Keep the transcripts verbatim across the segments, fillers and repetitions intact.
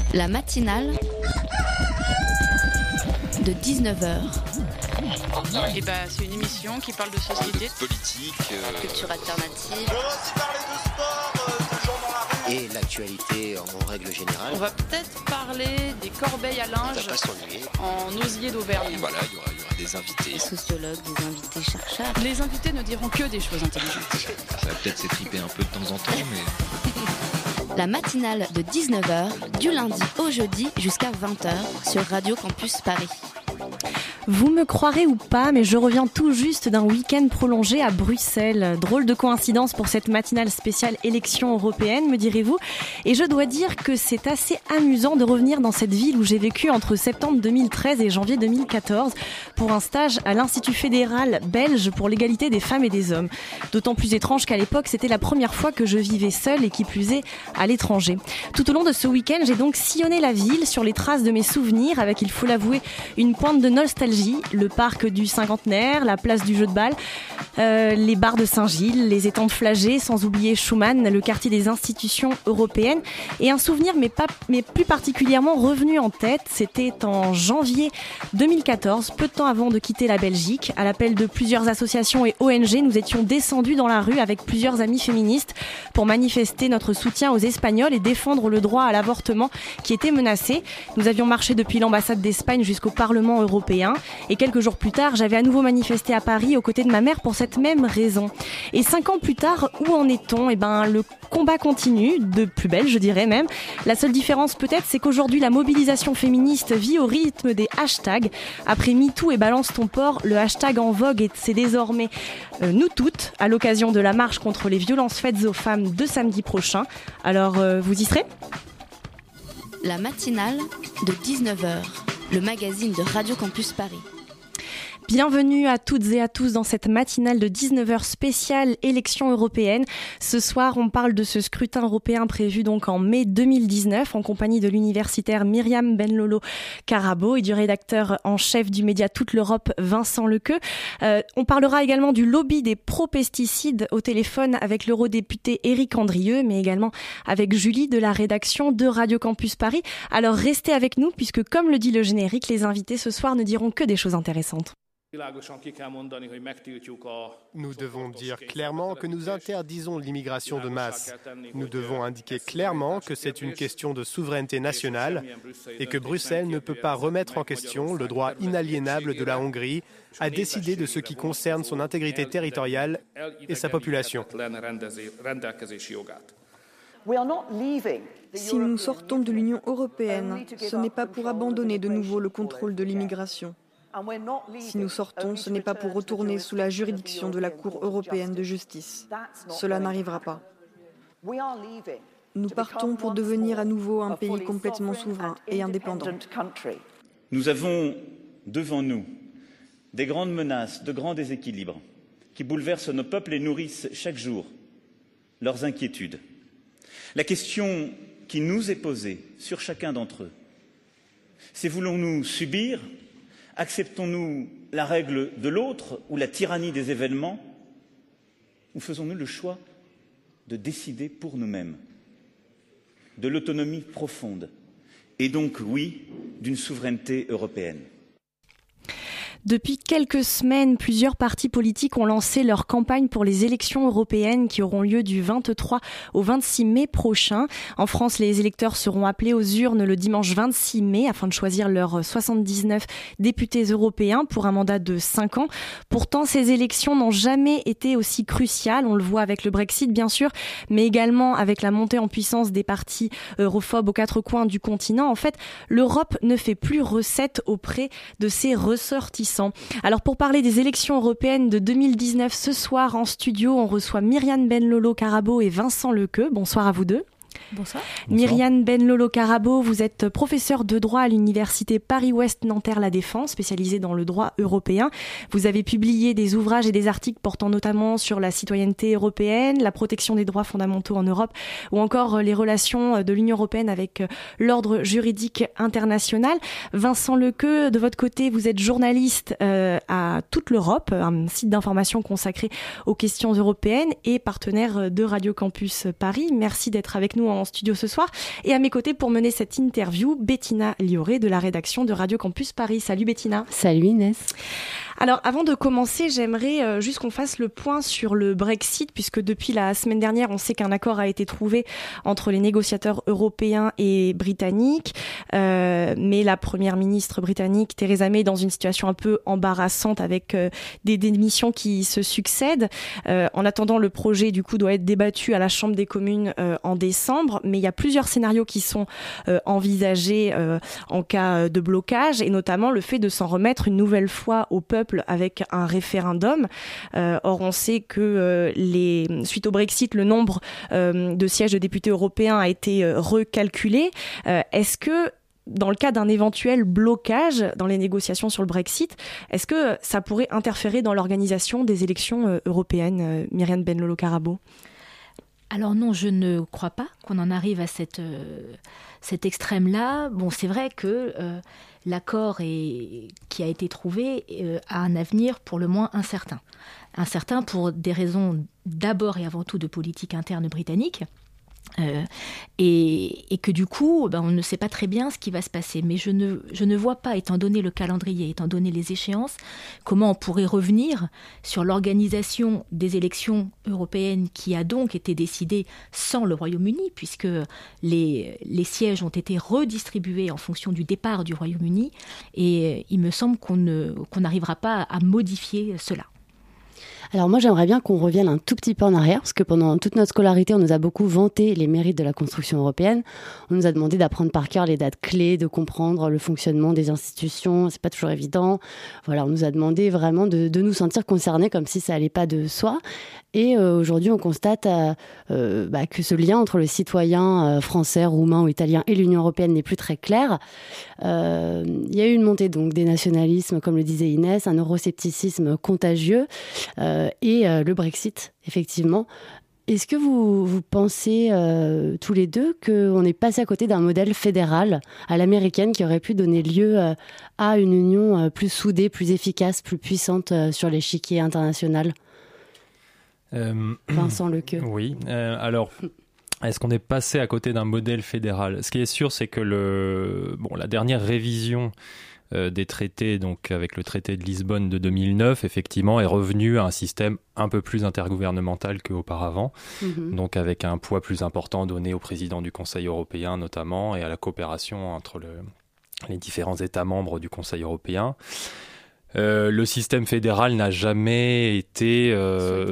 La matinale de dix-neuf heures. Et bah, c'est une émission qui parle de société, de politique, euh... culture alternative. On va aussi parler de sport, euh, de gens dans la rue. Et l'actualité en règle générale. On va peut-être parler des corbeilles à linge On va pas s'ennuyer. en osier d'Auvergne. Voilà, il y aura, il y aura des invités. Des sociologues, des invités chercheurs. Les invités ne diront que des choses intelligentes. Ça va peut-être s'étriper un peu de temps en temps, mais... La matinale de dix-neuf heures, du lundi au jeudi jusqu'à vingt heures sur Radio Campus Paris. Vous me croirez ou pas, mais je reviens tout juste d'un week-end prolongé à Bruxelles. Drôle de coïncidence pour cette matinale spéciale élection européenne, me direz-vous. Et je dois dire que c'est assez amusant de revenir dans cette ville où j'ai vécu entre septembre deux mille treize et janvier deux mille quatorze pour un stage à l'Institut fédéral belge pour l'égalité des femmes et des hommes. D'autant plus étrange qu'à l'époque, c'était la première fois que je vivais seule et qui plus est à l'étranger. Tout au long de ce week-end, j'ai donc sillonné la ville sur les traces de mes souvenirs avec, il faut l'avouer, une pointe de nostalgie. Le parc du Cinquantenaire, la place du jeu de balle, euh, les bars de Saint-Gilles, les étangs de Flagey, sans oublier Schuman, le quartier des institutions européennes. Et un souvenir, mais, pas, mais plus particulièrement revenu en tête, c'était en janvier deux mille quatorze, peu de temps avant de quitter la Belgique. À l'appel de plusieurs associations et O N G, nous étions descendus dans la rue avec plusieurs amis féministes pour manifester notre soutien aux Espagnols et défendre le droit à l'avortement qui était menacé. Nous avions marché depuis l'ambassade d'Espagne jusqu'au Parlement européen. Et quelques jours plus tard, j'avais à nouveau manifesté à Paris aux côtés de ma mère pour cette même raison. Et cinq ans plus tard, où en est-on ? Eh ben, le combat continue, de plus belle, je dirais même. La seule différence peut-être, c'est qu'aujourd'hui, la mobilisation féministe vit au rythme des hashtags. Après MeToo et Balance ton port, le hashtag en vogue, et c'est désormais euh, nous toutes, à l'occasion de la marche contre les violences faites aux femmes de samedi prochain. Alors, euh, vous y serez ? La matinale de dix-neuf heures. Le magazine de Radio Campus Paris. Bienvenue à toutes et à tous dans cette matinale de dix-neuf heures spéciale élection européenne. Ce soir, on parle de ce scrutin européen prévu donc en mai deux mille dix-neuf en compagnie de l'universitaire Myriam Benlolo Karabo et du rédacteur en chef du média Toute l'Europe Vincent Lequeux. Euh, on parlera également du lobby des pro-pesticides au téléphone avec l'eurodéputé Éric Andrieux, mais également avec Julie de la rédaction de Radio Campus Paris. Alors restez avec nous puisque comme le dit le générique, les invités ce soir ne diront que des choses intéressantes. Nous devons dire clairement que nous interdisons l'immigration de masse. Nous devons indiquer clairement que c'est une question de souveraineté nationale et que Bruxelles ne peut pas remettre en question le droit inaliénable de la Hongrie à décider de ce qui concerne son intégrité territoriale et sa population. Si nous sortons de l'Union européenne, ce n'est pas pour abandonner de nouveau le contrôle de l'immigration. Si nous sortons, ce n'est pas pour retourner sous la juridiction de la Cour européenne de justice. Cela n'arrivera pas. Nous partons pour devenir à nouveau un pays complètement souverain et indépendant. Nous avons devant nous des grandes menaces, de grands déséquilibres qui bouleversent nos peuples et nourrissent chaque jour leurs inquiétudes. La question qui nous est posée sur chacun d'entre eux, c'est voulons-nous subir ? Acceptons-nous la règle de l'autre ou la tyrannie des événements ou faisons-nous le choix de décider pour nous-mêmes, de l'autonomie profonde et donc, oui, d'une souveraineté européenne ? Depuis quelques semaines, plusieurs partis politiques ont lancé leur campagne pour les élections européennes qui auront lieu du vingt-trois au vingt-six mai prochain. En France, les électeurs seront appelés aux urnes le dimanche vingt-six mai afin de choisir leurs soixante-dix-neuf députés européens pour un mandat de cinq ans. Pourtant, ces élections n'ont jamais été aussi cruciales. On le voit avec le Brexit, bien sûr, mais également avec la montée en puissance des partis europhobes aux quatre coins du continent. En fait, l'Europe ne fait plus recette auprès de ses ressortissants. Alors pour parler des élections européennes de deux mille dix-neuf, ce soir en studio, on reçoit Myriam Benlolo Karabo et Vincent Lequeux. Bonsoir à vous deux. Bonsoir. Myriam Benlolo Karabo, vous êtes professeur de droit à l'université Paris-Ouest Nanterre-La Défense, spécialisée dans le droit européen. Vous avez publié des ouvrages et des articles portant notamment sur la citoyenneté européenne, la protection des droits fondamentaux en Europe ou encore les relations de l'Union européenne avec l'ordre juridique international. Vincent Lequeux, de votre côté, vous êtes journaliste euh, à Toute l'Europe, un site d'information consacré aux questions européennes et partenaire de Radio Campus Paris. Merci d'être avec nous en studio ce soir. Et à mes côtés pour mener cette interview, Bettina Lioré de la rédaction de Radio Campus Paris. Salut Bettina. Salut Inès. Alors, avant de commencer, j'aimerais euh, juste qu'on fasse le point sur le Brexit, puisque depuis la semaine dernière, on sait qu'un accord a été trouvé entre les négociateurs européens et britanniques. Euh, mais la première ministre britannique, Theresa May, est dans une situation un peu embarrassante avec euh, des démissions qui se succèdent. Euh, en attendant, le projet, du coup, doit être débattu à la Chambre des communes euh, en décembre. Mais il y a plusieurs scénarios qui sont euh, envisagés euh, en cas de blocage, et notamment le fait de s'en remettre une nouvelle fois au peuple avec un référendum. Euh, or, on sait que euh, les, suite au Brexit, le nombre euh, de sièges de députés européens a été euh, recalculé. Euh, est-ce que, dans le cas d'un éventuel blocage dans les négociations sur le Brexit, est-ce que ça pourrait interférer dans l'organisation des élections euh, européennes, euh, Myriam Ben Lolo-Karabo ? Alors non, je ne crois pas qu'on en arrive à cette, euh, cet extrême-là. Bon, c'est vrai que euh, l'accord est, qui a été trouvé euh, a un avenir pour le moins incertain. Incertain pour des raisons d'abord et avant tout de politique interne britannique. Euh, et, et que du coup, ben, on ne sait pas très bien ce qui va se passer. Mais je ne, je ne vois pas, étant donné le calendrier, étant donné les échéances, comment on pourrait revenir sur l'organisation des élections européennes qui a donc été décidée sans le Royaume-Uni, puisque les, les sièges ont été redistribués en fonction du départ du Royaume-Uni. Et il me semble qu'on ne, qu'on n'arrivera pas à modifier cela. Alors moi, j'aimerais bien qu'on revienne un tout petit peu en arrière, parce que pendant toute notre scolarité, on nous a beaucoup vanté les mérites de la construction européenne. On nous a demandé d'apprendre par cœur les dates clés, de comprendre le fonctionnement des institutions. C'est pas toujours évident. Voilà, on nous a demandé vraiment de, de nous sentir concernés, comme si ça allait pas de soi. Et euh, aujourd'hui, on constate euh, euh, bah, que ce lien entre le citoyen euh, français, roumain ou italien et l'Union européenne n'est plus très clair. Euh, il y a eu une montée donc des nationalismes, comme le disait Inès, un euroscepticisme contagieux euh, et euh, le Brexit, effectivement. Est-ce que vous, vous pensez euh, tous les deux qu'on est passé à côté d'un modèle fédéral à l'américaine qui aurait pu donner lieu euh, à une union euh, plus soudée, plus efficace, plus puissante euh, sur l'échiquier international ? Euh, Vincent Lequeux. Oui, euh, alors, est-ce qu'on est passé à côté d'un modèle fédéral ? Ce qui est sûr, c'est que le, bon, la dernière révision euh, des traités, donc avec le traité de Lisbonne de deux mille neuf, effectivement, est revenue à un système un peu plus intergouvernemental qu'auparavant, mmh. donc avec un poids plus important donné au président du Conseil européen notamment, et à la coopération entre le, les différents États membres du Conseil européen. Euh, le système fédéral n'a jamais été... Euh,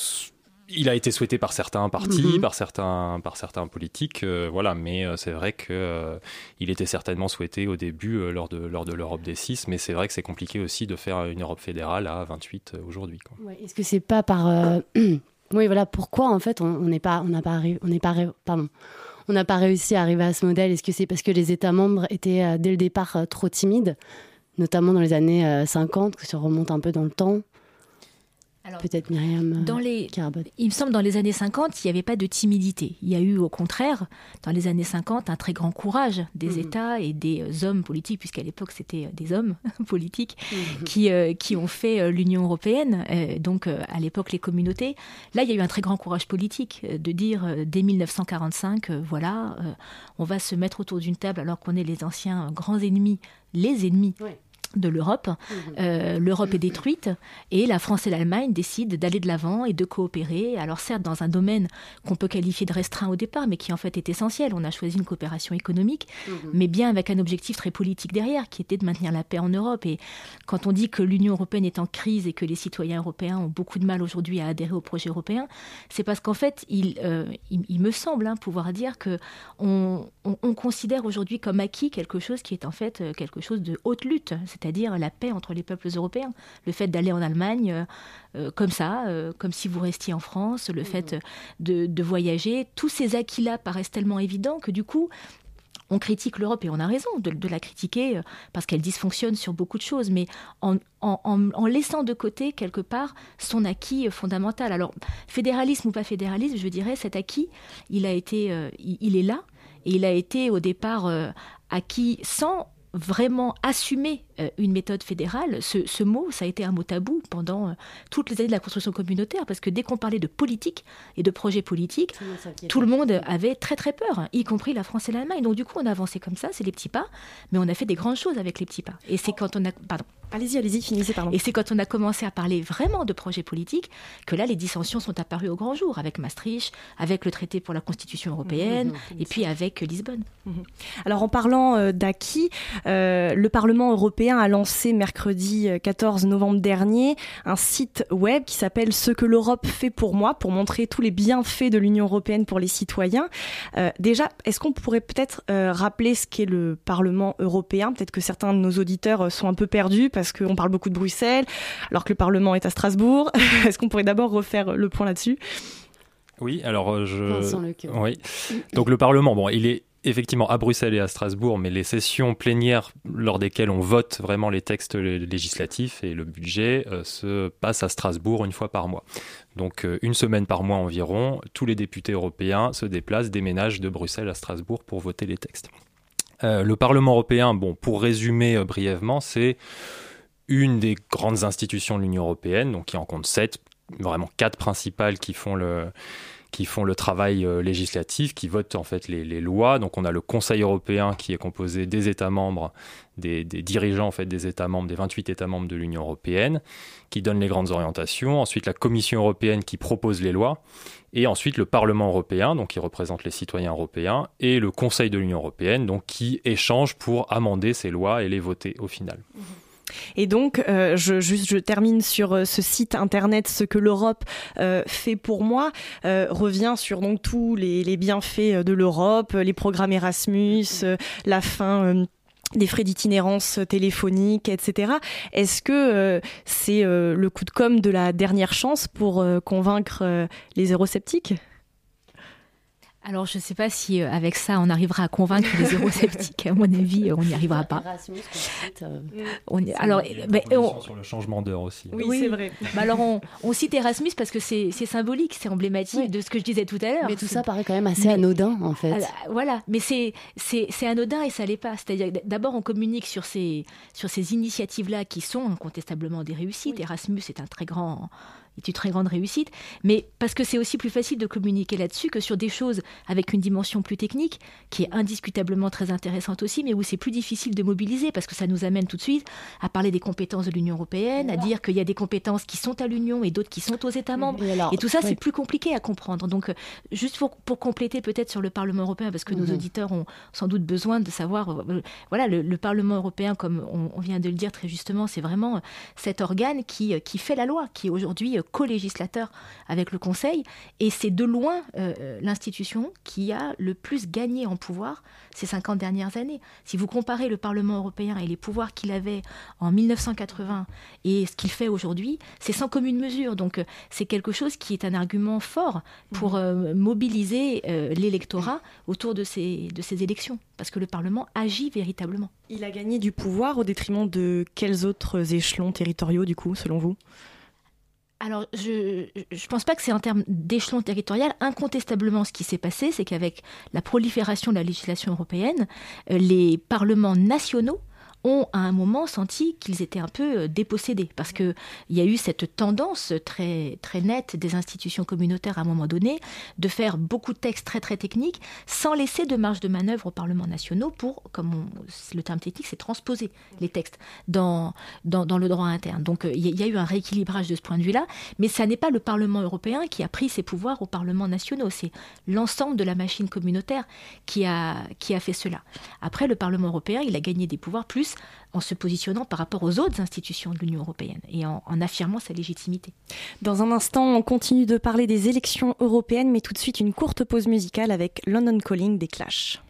il a été souhaité par certains partis, mmh. par, certains, par certains politiques, euh, voilà, mais euh, c'est vrai qu'il euh, était certainement souhaité au début euh, lors, de, lors de l'Europe des six, mais c'est vrai que c'est compliqué aussi de faire une Europe fédérale à vingt-huit euh, aujourd'hui, quoi. Ouais, est-ce que c'est pas par... Euh... oui, voilà, pourquoi en fait on n'est pas... On n'a pas, arri... on n'est pas... Pardon. On n'a pas réussi à arriver à ce modèle ? Est-ce que c'est parce que les États membres étaient euh, dès le départ euh, trop timides ? Notamment dans les années euh, cinquante, que ça remonte un peu dans le temps. Alors, peut-être Myriam dans les, Carbone. Il me semble que dans les années cinquante, il n'y avait pas de timidité. Il y a eu au contraire, dans les années cinquante, un très grand courage des mmh. États et des hommes politiques, puisqu'à l'époque c'était des hommes politiques, mmh. qui, euh, qui ont fait euh, l'Union européenne, euh, donc euh, à l'époque les communautés. Là, il y a eu un très grand courage politique euh, de dire euh, dès mille neuf cent quarante-cinq, euh, voilà, euh, on va se mettre autour d'une table alors qu'on est les anciens euh, grands ennemis, les ennemis. Oui. de l'Europe. Mmh. Euh, L'Europe est détruite et la France et l'Allemagne décident d'aller de l'avant et de coopérer. Alors certes, dans un domaine qu'on peut qualifier de restreint au départ, mais qui en fait est essentiel. On a choisi une coopération économique, mmh. mais bien avec un objectif très politique derrière, qui était de maintenir la paix en Europe. Et quand on dit que l'Union européenne est en crise et que les citoyens européens ont beaucoup de mal aujourd'hui à adhérer au projet européen, c'est parce qu'en fait, il, euh, il, il me semble hein, pouvoir dire que on, on, on considère aujourd'hui comme acquis quelque chose qui est en fait quelque chose de haute lutte. C'est-à-dire la paix entre les peuples européens. Le fait d'aller en Allemagne euh, euh, comme ça, euh, comme si vous restiez en France, le mmh. fait de, de voyager, tous ces acquis-là paraissent tellement évidents que du coup, on critique l'Europe, et on a raison de, de la critiquer euh, parce qu'elle dysfonctionne sur beaucoup de choses, mais en, en, en, en laissant de côté quelque part son acquis euh, fondamental. Alors, fédéralisme ou pas fédéralisme, je dirais, cet acquis, il, a été, euh, il, il est là, et il a été au départ euh, acquis sans vraiment assumer euh, une méthode fédérale, ce, ce mot, ça a été un mot tabou pendant euh, toutes les années de la construction communautaire, parce que dès qu'on parlait de politique et de projets politiques, tout, tout le monde avait très très peur, hein, y compris la France et l'Allemagne. Donc du coup, on a avancé comme ça, c'est les petits pas, mais on a fait des grandes choses avec les petits pas. Et c'est quand on a... Pardon. Allez-y, allez-y, finissez, pardon. Et c'est quand on a commencé à parler vraiment de projets politiques que là, les dissensions sont apparues au grand jour, avec Maastricht, avec le traité pour la Constitution européenne, mmh, et puis avec Lisbonne. Mmh. Alors, en parlant euh, d'acquis, euh, le Parlement européen a lancé mercredi quatorze novembre dernier un site web qui s'appelle « Ce que l'Europe fait pour moi », pour montrer tous les bienfaits de l'Union européenne pour les citoyens. Euh, déjà, est-ce qu'on pourrait peut-être euh, rappeler ce qu'est le Parlement européen ? Peut-être que certains de nos auditeurs sont un peu perdus parce qu'on parle beaucoup de Bruxelles, alors que le Parlement est à Strasbourg. Est-ce qu'on pourrait d'abord refaire le point là-dessus ? Oui, alors je... Oui. Donc le Parlement, bon, il est effectivement à Bruxelles et à Strasbourg, mais les sessions plénières lors desquelles on vote vraiment les textes législatifs et le budget euh, se passent à Strasbourg une fois par mois. Donc euh, une semaine par mois environ, tous les députés européens se déplacent, déménagent de Bruxelles à Strasbourg pour voter les textes. Euh, le Parlement européen, bon, pour résumer euh, brièvement, c'est une des grandes institutions de l'Union européenne, donc qui en compte sept, vraiment quatre principales qui font le, qui font le travail euh, législatif, qui votent en fait les, les lois. Donc on a le Conseil européen qui est composé des États membres, des, des dirigeants en fait des États membres, des vingt-huit États membres de l'Union européenne, qui donnent les grandes orientations. Ensuite la Commission européenne qui propose les lois. Et ensuite le Parlement européen, donc qui représente les citoyens européens, et le Conseil de l'Union européenne, donc qui échangent pour amender ces lois et les voter au final. Mmh. Et donc, euh, je, juste, je termine sur euh, ce site internet, ce que l'Europe euh, fait pour moi, euh, revient sur donc tous les, les bienfaits de l'Europe, les programmes Erasmus, euh, la fin euh, des frais d'itinérance téléphonique, et cetera. Est-ce que euh, c'est euh, le coup de com' de la dernière chance pour euh, convaincre euh, les eurosceptiques ? Alors, je ne sais pas si euh, avec ça, on arrivera à convaincre les eurosceptiques. À mon avis, on n'y arrivera pas. Erasmus, cite, euh, on y... Alors, il y a bah, on... sur le changement d'heure aussi. Oui, oui. C'est vrai. Bah, alors, on, on cite Erasmus parce que c'est, c'est symbolique, c'est emblématique oui. de ce que je disais tout à l'heure. Mais tout c'est... ça paraît quand même assez Mais... anodin, en fait. Alors, voilà, mais c'est, c'est, c'est anodin et ça l'est pas. C'est-à-dire, d'abord, on communique sur ces, sur ces initiatives-là qui sont incontestablement des réussites. Oui. Erasmus est un très grand... est une très grande réussite, mais parce que c'est aussi plus facile de communiquer là-dessus que sur des choses avec une dimension plus technique, qui est indiscutablement très intéressante aussi, mais où c'est plus difficile de mobiliser, parce que ça nous amène tout de suite à parler des compétences de l'Union européenne, à dire qu'il y a des compétences qui sont à l'Union et d'autres qui sont aux États membres, et, alors, et tout ça, oui. c'est plus compliqué à comprendre. Donc, juste pour, pour compléter peut-être sur le Parlement européen, parce que mmh. nos auditeurs ont sans doute besoin de savoir, euh, voilà, le, le Parlement européen, comme on, on vient de le dire très justement, c'est vraiment cet organe qui, qui fait la loi, qui est aujourd'hui co-législateur avec le Conseil, et c'est de loin euh, l'institution qui a le plus gagné en pouvoir ces cinquante dernières années. Si vous comparez le Parlement européen et les pouvoirs qu'il avait en mille neuf cent quatre-vingts et ce qu'il fait aujourd'hui, c'est sans commune mesure. Donc euh, c'est quelque chose qui est un argument fort pour euh, mobiliser euh, l'électorat autour de ces, de ces élections, parce que le Parlement agit véritablement. Il a gagné du pouvoir au détriment de quels autres échelons territoriaux, du coup, selon vous ? Alors, je ne pense pas que c'est en termes d'échelon territorial. Incontestablement, ce qui s'est passé, c'est qu'avec la prolifération de la législation européenne, les parlements nationaux ont à un moment senti qu'ils étaient un peu dépossédés, parce qu'il y a eu cette tendance très, très nette des institutions communautaires à un moment donné de faire beaucoup de textes très très techniques sans laisser de marge de manœuvre aux parlements nationaux pour, comme on, le terme technique, c'est transposer les textes dans, dans, dans le droit interne. Donc il y, y a eu un rééquilibrage de ce point de vue-là, mais ça n'est pas le Parlement européen qui a pris ses pouvoirs aux parlements nationaux, c'est l'ensemble de la machine communautaire qui a, qui a fait cela. Après, le Parlement européen, il a gagné des pouvoirs plus en se positionnant par rapport aux autres institutions de l'Union européenne et en, en affirmant sa légitimité. Dans un instant, on continue de parler des élections européennes, mais tout de suite une courte pause musicale avec London Calling des Clash.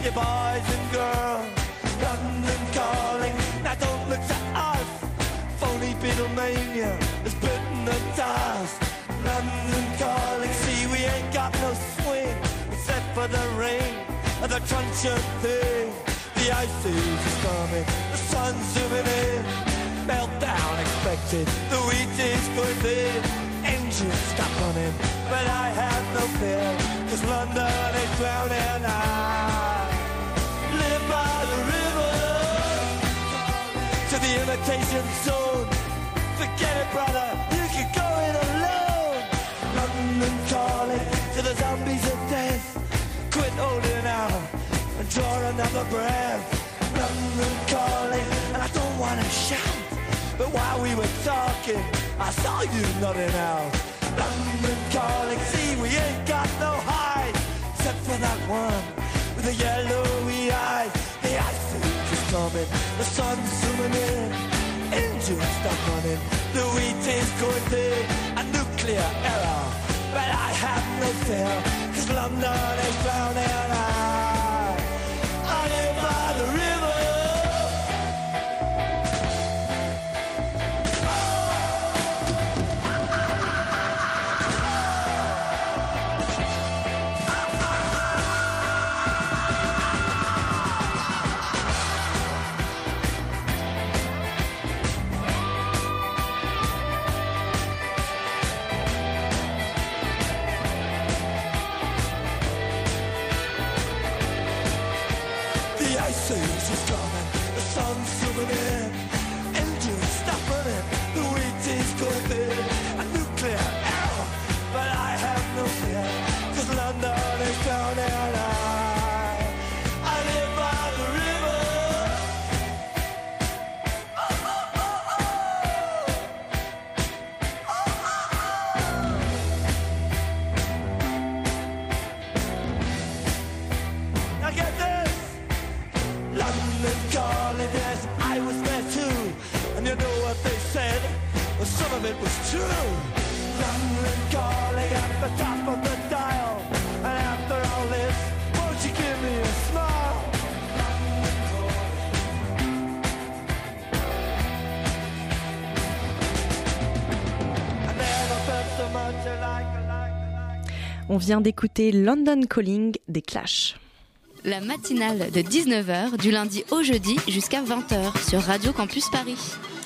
you boys and girls. London calling, now don't look to us. Phony Beatlemania has bitten the dust. London calling, see we ain't got no swing except for the rain and the truncheon thing. The ice age is coming, the sun's zooming in. Meltdown expected, the wheat is going thin. Engines stop running, but I have no fear, cause London is drowning. I live by the river to the imitation zone. Forget it, brother, you can go it alone. London calling to the zombies of death. Quit holding out and draw another breath. London calling, and I don't wanna shout, but while we were talking, I saw you nodding out. London calling, see we ain't got no hide, except for that one with the yellowy eyes. The ice age is coming, the sun's zooming in. Engines stop running, the wheat is going thin. A nuclear error, but I have no fear, cause London is drowning. I, I live by the river. On vient d'écouter London Calling des Clash. La matinale de dix-neuf heures du lundi au jeudi jusqu'à vingt heures sur Radio Campus Paris.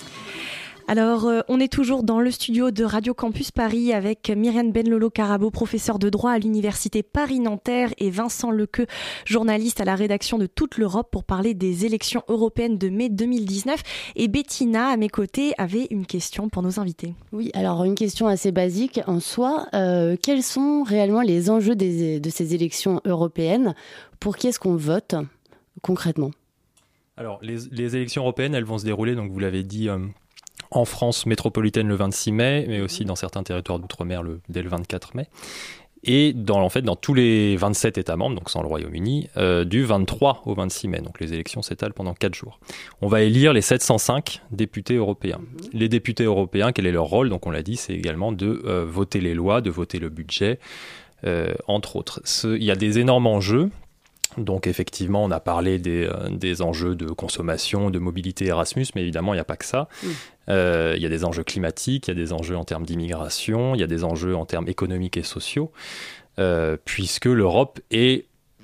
Alors, euh, on est toujours dans le studio de Radio Campus Paris avec Myriam Benlolo-Carabo, professeur de droit à l'Université Paris-Nanterre, et Vincent Lequeux, journaliste à la rédaction de Toute l'Europe, pour parler des élections européennes de mai deux mille dix-neuf. Et Bettina, à mes côtés, avait une question pour nos invités. Oui, alors une question assez basique en soi. Euh, quels sont réellement les enjeux des, de ces élections européennes ? Pour qui est-ce qu'on vote concrètement ? Alors, les, les élections européennes, elles vont se dérouler, donc vous l'avez dit, euh, en France métropolitaine le vingt-six mai, mais aussi dans certains territoires d'outre-mer le, dès le vingt-quatre mai. Et dans, en fait, dans tous les vingt-sept États membres, donc sans le Royaume-Uni, euh, du vingt-trois au vingt-six mai. Donc les élections s'étalent pendant quatre jours. On va élire les sept cent cinq députés européens. Mmh. Les députés européens, quel est leur rôle ? Donc on l'a dit, c'est également de euh, voter les lois, de voter le budget, euh, entre autres. Ce, il y a des énormes enjeux. Donc effectivement, on a parlé des, euh, des enjeux de consommation, de mobilité Erasmus, mais évidemment, il n'y a pas que ça. Mmh. Euh, il y a des enjeux climatiques, il y a des enjeux en termes d'immigration, il y a des enjeux en termes économiques et sociaux, euh, puisque l'Europe est,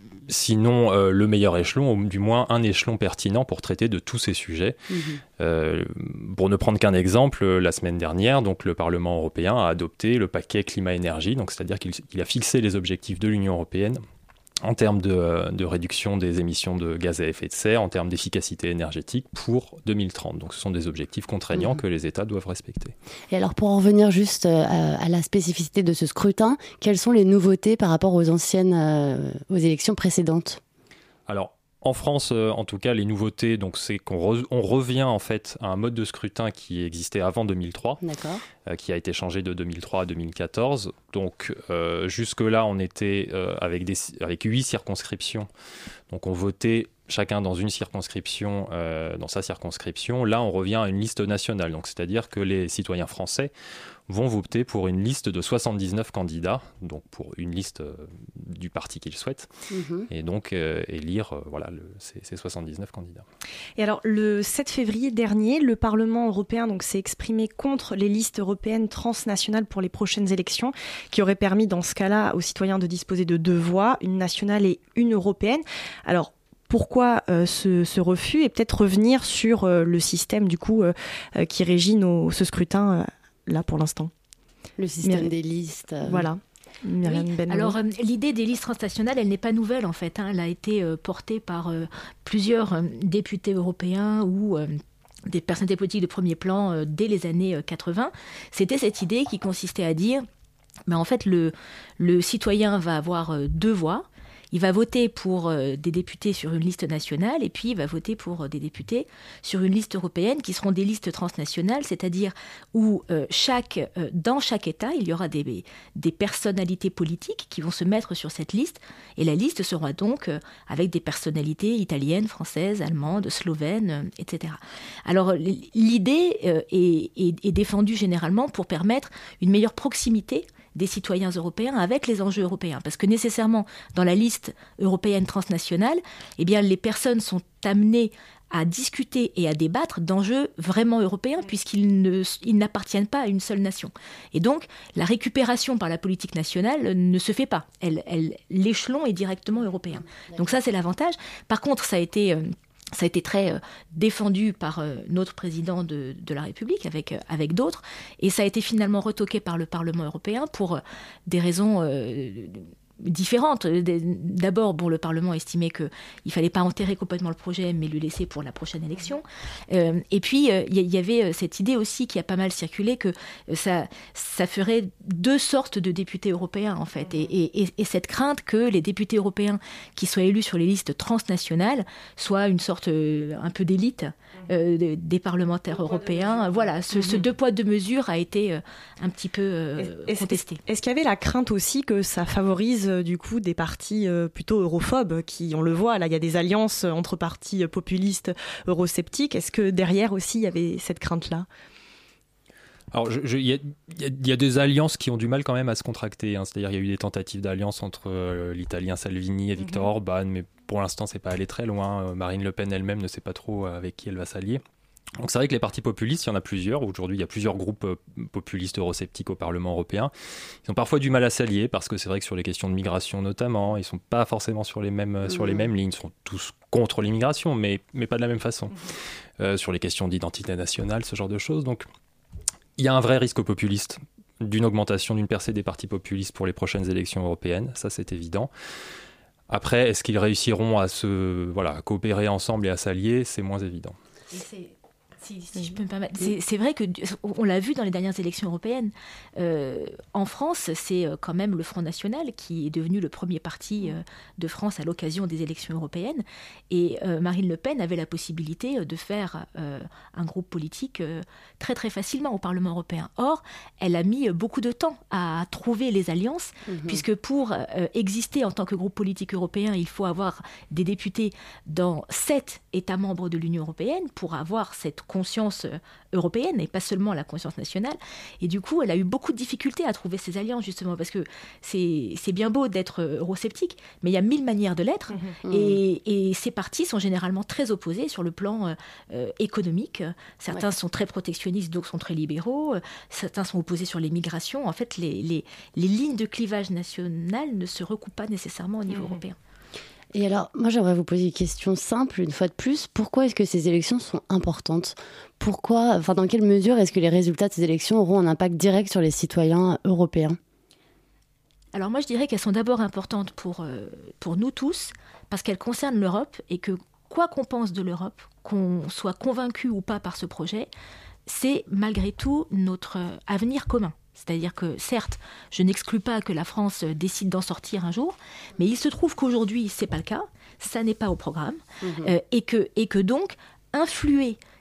sinon euh, le meilleur échelon, ou du moins un échelon pertinent pour traiter de tous ces sujets. Mmh. Euh, pour ne prendre qu'un exemple, la semaine dernière, donc, le Parlement européen a adopté le paquet climat-énergie, donc, c'est-à-dire qu'il il a fixé les objectifs de l'Union européenne en termes de, de réduction des émissions de gaz à effet de serre, en termes d'efficacité énergétique pour deux mille trente. Donc ce sont des objectifs contraignants mmh. que les États doivent respecter. Et alors pour en revenir juste à, à la spécificité de ce scrutin, quelles sont les nouveautés par rapport aux anciennes, euh, aux élections précédentes ? Alors, en France, euh, en tout cas, les nouveautés, donc, c'est qu'on re- on revient en fait à un mode de scrutin qui existait avant deux mille trois, euh, qui a été changé de deux mille trois à deux mille quatorze. Donc euh, jusque-là, on était euh, avec, des, avec huit circonscriptions. Donc on votait chacun dans une circonscription, euh, dans sa circonscription. Là, on revient à une liste nationale. Donc c'est-à-dire que les citoyens français vont voter pour une liste de soixante-dix-neuf candidats, donc pour une liste du parti qu'ils souhaitent, Mmh. et donc euh, élire euh, voilà, le, ces, ces soixante-dix-neuf candidats. Et alors, le sept février dernier, le Parlement européen donc, s'est exprimé contre les listes européennes transnationales pour les prochaines élections, qui auraient permis, dans ce cas-là, aux citoyens de disposer de deux voix, une nationale et une européenne. Alors, pourquoi euh, ce, ce refus et peut-être revenir sur euh, le système du coup euh, euh, qui régit nos, ce scrutin euh, là pour l'instant. Le système Mais, des listes. Euh... Voilà. Oui. Alors euh, l'idée des listes transnationales, elle n'est pas nouvelle en fait. Hein. Elle a été euh, portée par euh, plusieurs euh, députés européens ou euh, des personnalités politiques de premier plan euh, dès les années euh, quatre-vingts. C'était cette idée qui consistait à dire, ben, en fait le, le citoyen va avoir euh, deux voix. Il va voter pour euh, des députés sur une liste nationale et puis il va voter pour euh, des députés sur une liste européenne qui seront des listes transnationales, c'est-à-dire où euh, chaque, euh, dans chaque État, il y aura des, des personnalités politiques qui vont se mettre sur cette liste et la liste sera donc euh, avec des personnalités italiennes, françaises, allemandes, slovènes, euh, et cetera. Alors l'idée euh, est, est, est défendue généralement pour permettre une meilleure proximité des citoyens européens avec les enjeux européens. Parce que nécessairement, dans la liste européenne transnationale, eh bien, les personnes sont amenées à discuter et à débattre d'enjeux vraiment européens puisqu'ils ne, ils n'appartiennent pas à une seule nation. Et donc, la récupération par la politique nationale ne se fait pas. Elle, elle, l'échelon est directement européen. Donc ça, c'est l'avantage. Par contre, ça a été... Euh, Ça a été très euh, défendu par euh, notre président de, de la République avec, euh, avec d'autres, et ça a été finalement retoqué par le Parlement européen pour euh, des raisons euh, différentes. D'abord, bon, le Parlement estimait qu'il ne fallait pas enterrer complètement le projet, mais le laisser pour la prochaine élection. Euh, et puis, il euh, y, y avait cette idée aussi qui a pas mal circulé, que ça, ça ferait deux sortes de députés européens, en fait. Et, et, et cette crainte que les députés européens qui soient élus sur les listes transnationales soient une sorte euh, un peu d'élite euh, de, des parlementaires européens. Voilà, ce, ce deux poids, deux mesures a été euh, un petit peu euh, est-ce, contesté. Est-ce qu'il y avait la crainte aussi que ça favorise du coup des partis euh, plutôt europhobes qui, on le voit, là il y a des alliances entre partis populistes eurosceptiques. Est-ce que derrière aussi il y avait cette crainte-là ? Alors, il y, y, y a des alliances qui ont du mal quand même à se contracter. Hein. C'est-à-dire, il y a eu des tentatives d'alliance entre euh, l'Italien Salvini et Viktor mm-hmm. Orban, mais pour l'instant, c'est pas allé très loin. Euh, Marine Le Pen elle-même ne sait pas trop avec qui elle va s'allier. Donc c'est vrai que les partis populistes, il y en a plusieurs. Aujourd'hui, il y a plusieurs groupes euh, populistes eurosceptiques au Parlement européen. Ils ont parfois du mal à s'allier parce que c'est vrai que sur les questions de migration notamment, ils sont pas forcément sur les mêmes, mmh. sur les mêmes lignes. Ils sont tous contre l'immigration, mais, mais pas de la même façon. Mmh. Euh, sur les questions d'identité nationale, ce genre de choses. Donc il y a un vrai risque populiste d'une augmentation, d'une percée des partis populistes pour les prochaines élections européennes. Ça, c'est évident. Après, est-ce qu'ils réussiront à se, voilà, à coopérer ensemble et à s'allier ? C'est moins évident. Et c'est... Si, si je peux me permettre. C'est, c'est vrai qu'on l'a vu dans les dernières élections européennes. Euh, en France, c'est quand même le Front National qui est devenu le premier parti euh, de France à l'occasion des élections européennes. Et euh, Marine Le Pen avait la possibilité de faire euh, un groupe politique euh, très très facilement au Parlement européen. Or, elle a mis beaucoup de temps à trouver les alliances, mm-hmm. puisque pour euh, exister en tant que groupe politique européen, il faut avoir des députés dans sept États membres de l'Union européenne pour avoir cette conscience européenne et pas seulement la conscience nationale. Et du coup, elle a eu beaucoup de difficultés à trouver ces alliances, justement, parce que c'est, c'est bien beau d'être eurosceptique, mais il y a mille manières de l'être. Mmh. Et, et ces partis sont généralement très opposés sur le plan euh, économique. Certains ouais. sont très protectionnistes, d'autres sont très libéraux. Certains sont opposés sur les migrations. En fait, les, les, les lignes de clivage national ne se recoupent pas nécessairement au niveau mmh. européen. Et alors, moi, j'aimerais vous poser une question simple, une fois de plus. Pourquoi est-ce que ces élections sont importantes ? Pourquoi, enfin, dans quelle mesure est-ce que les résultats de ces élections auront un impact direct sur les citoyens européens ? Alors moi, je dirais qu'elles sont d'abord importantes pour, euh, pour nous tous, parce qu'elles concernent l'Europe, et que quoi qu'on pense de l'Europe, qu'on soit convaincu ou pas par ce projet, c'est malgré tout notre avenir commun. C'est-à-dire que, certes, je n'exclus pas que la France décide d'en sortir un jour, mais il se trouve qu'aujourd'hui, ce n'est pas le cas, ça n'est pas au programme, mmh. euh, et, que, et que donc, influer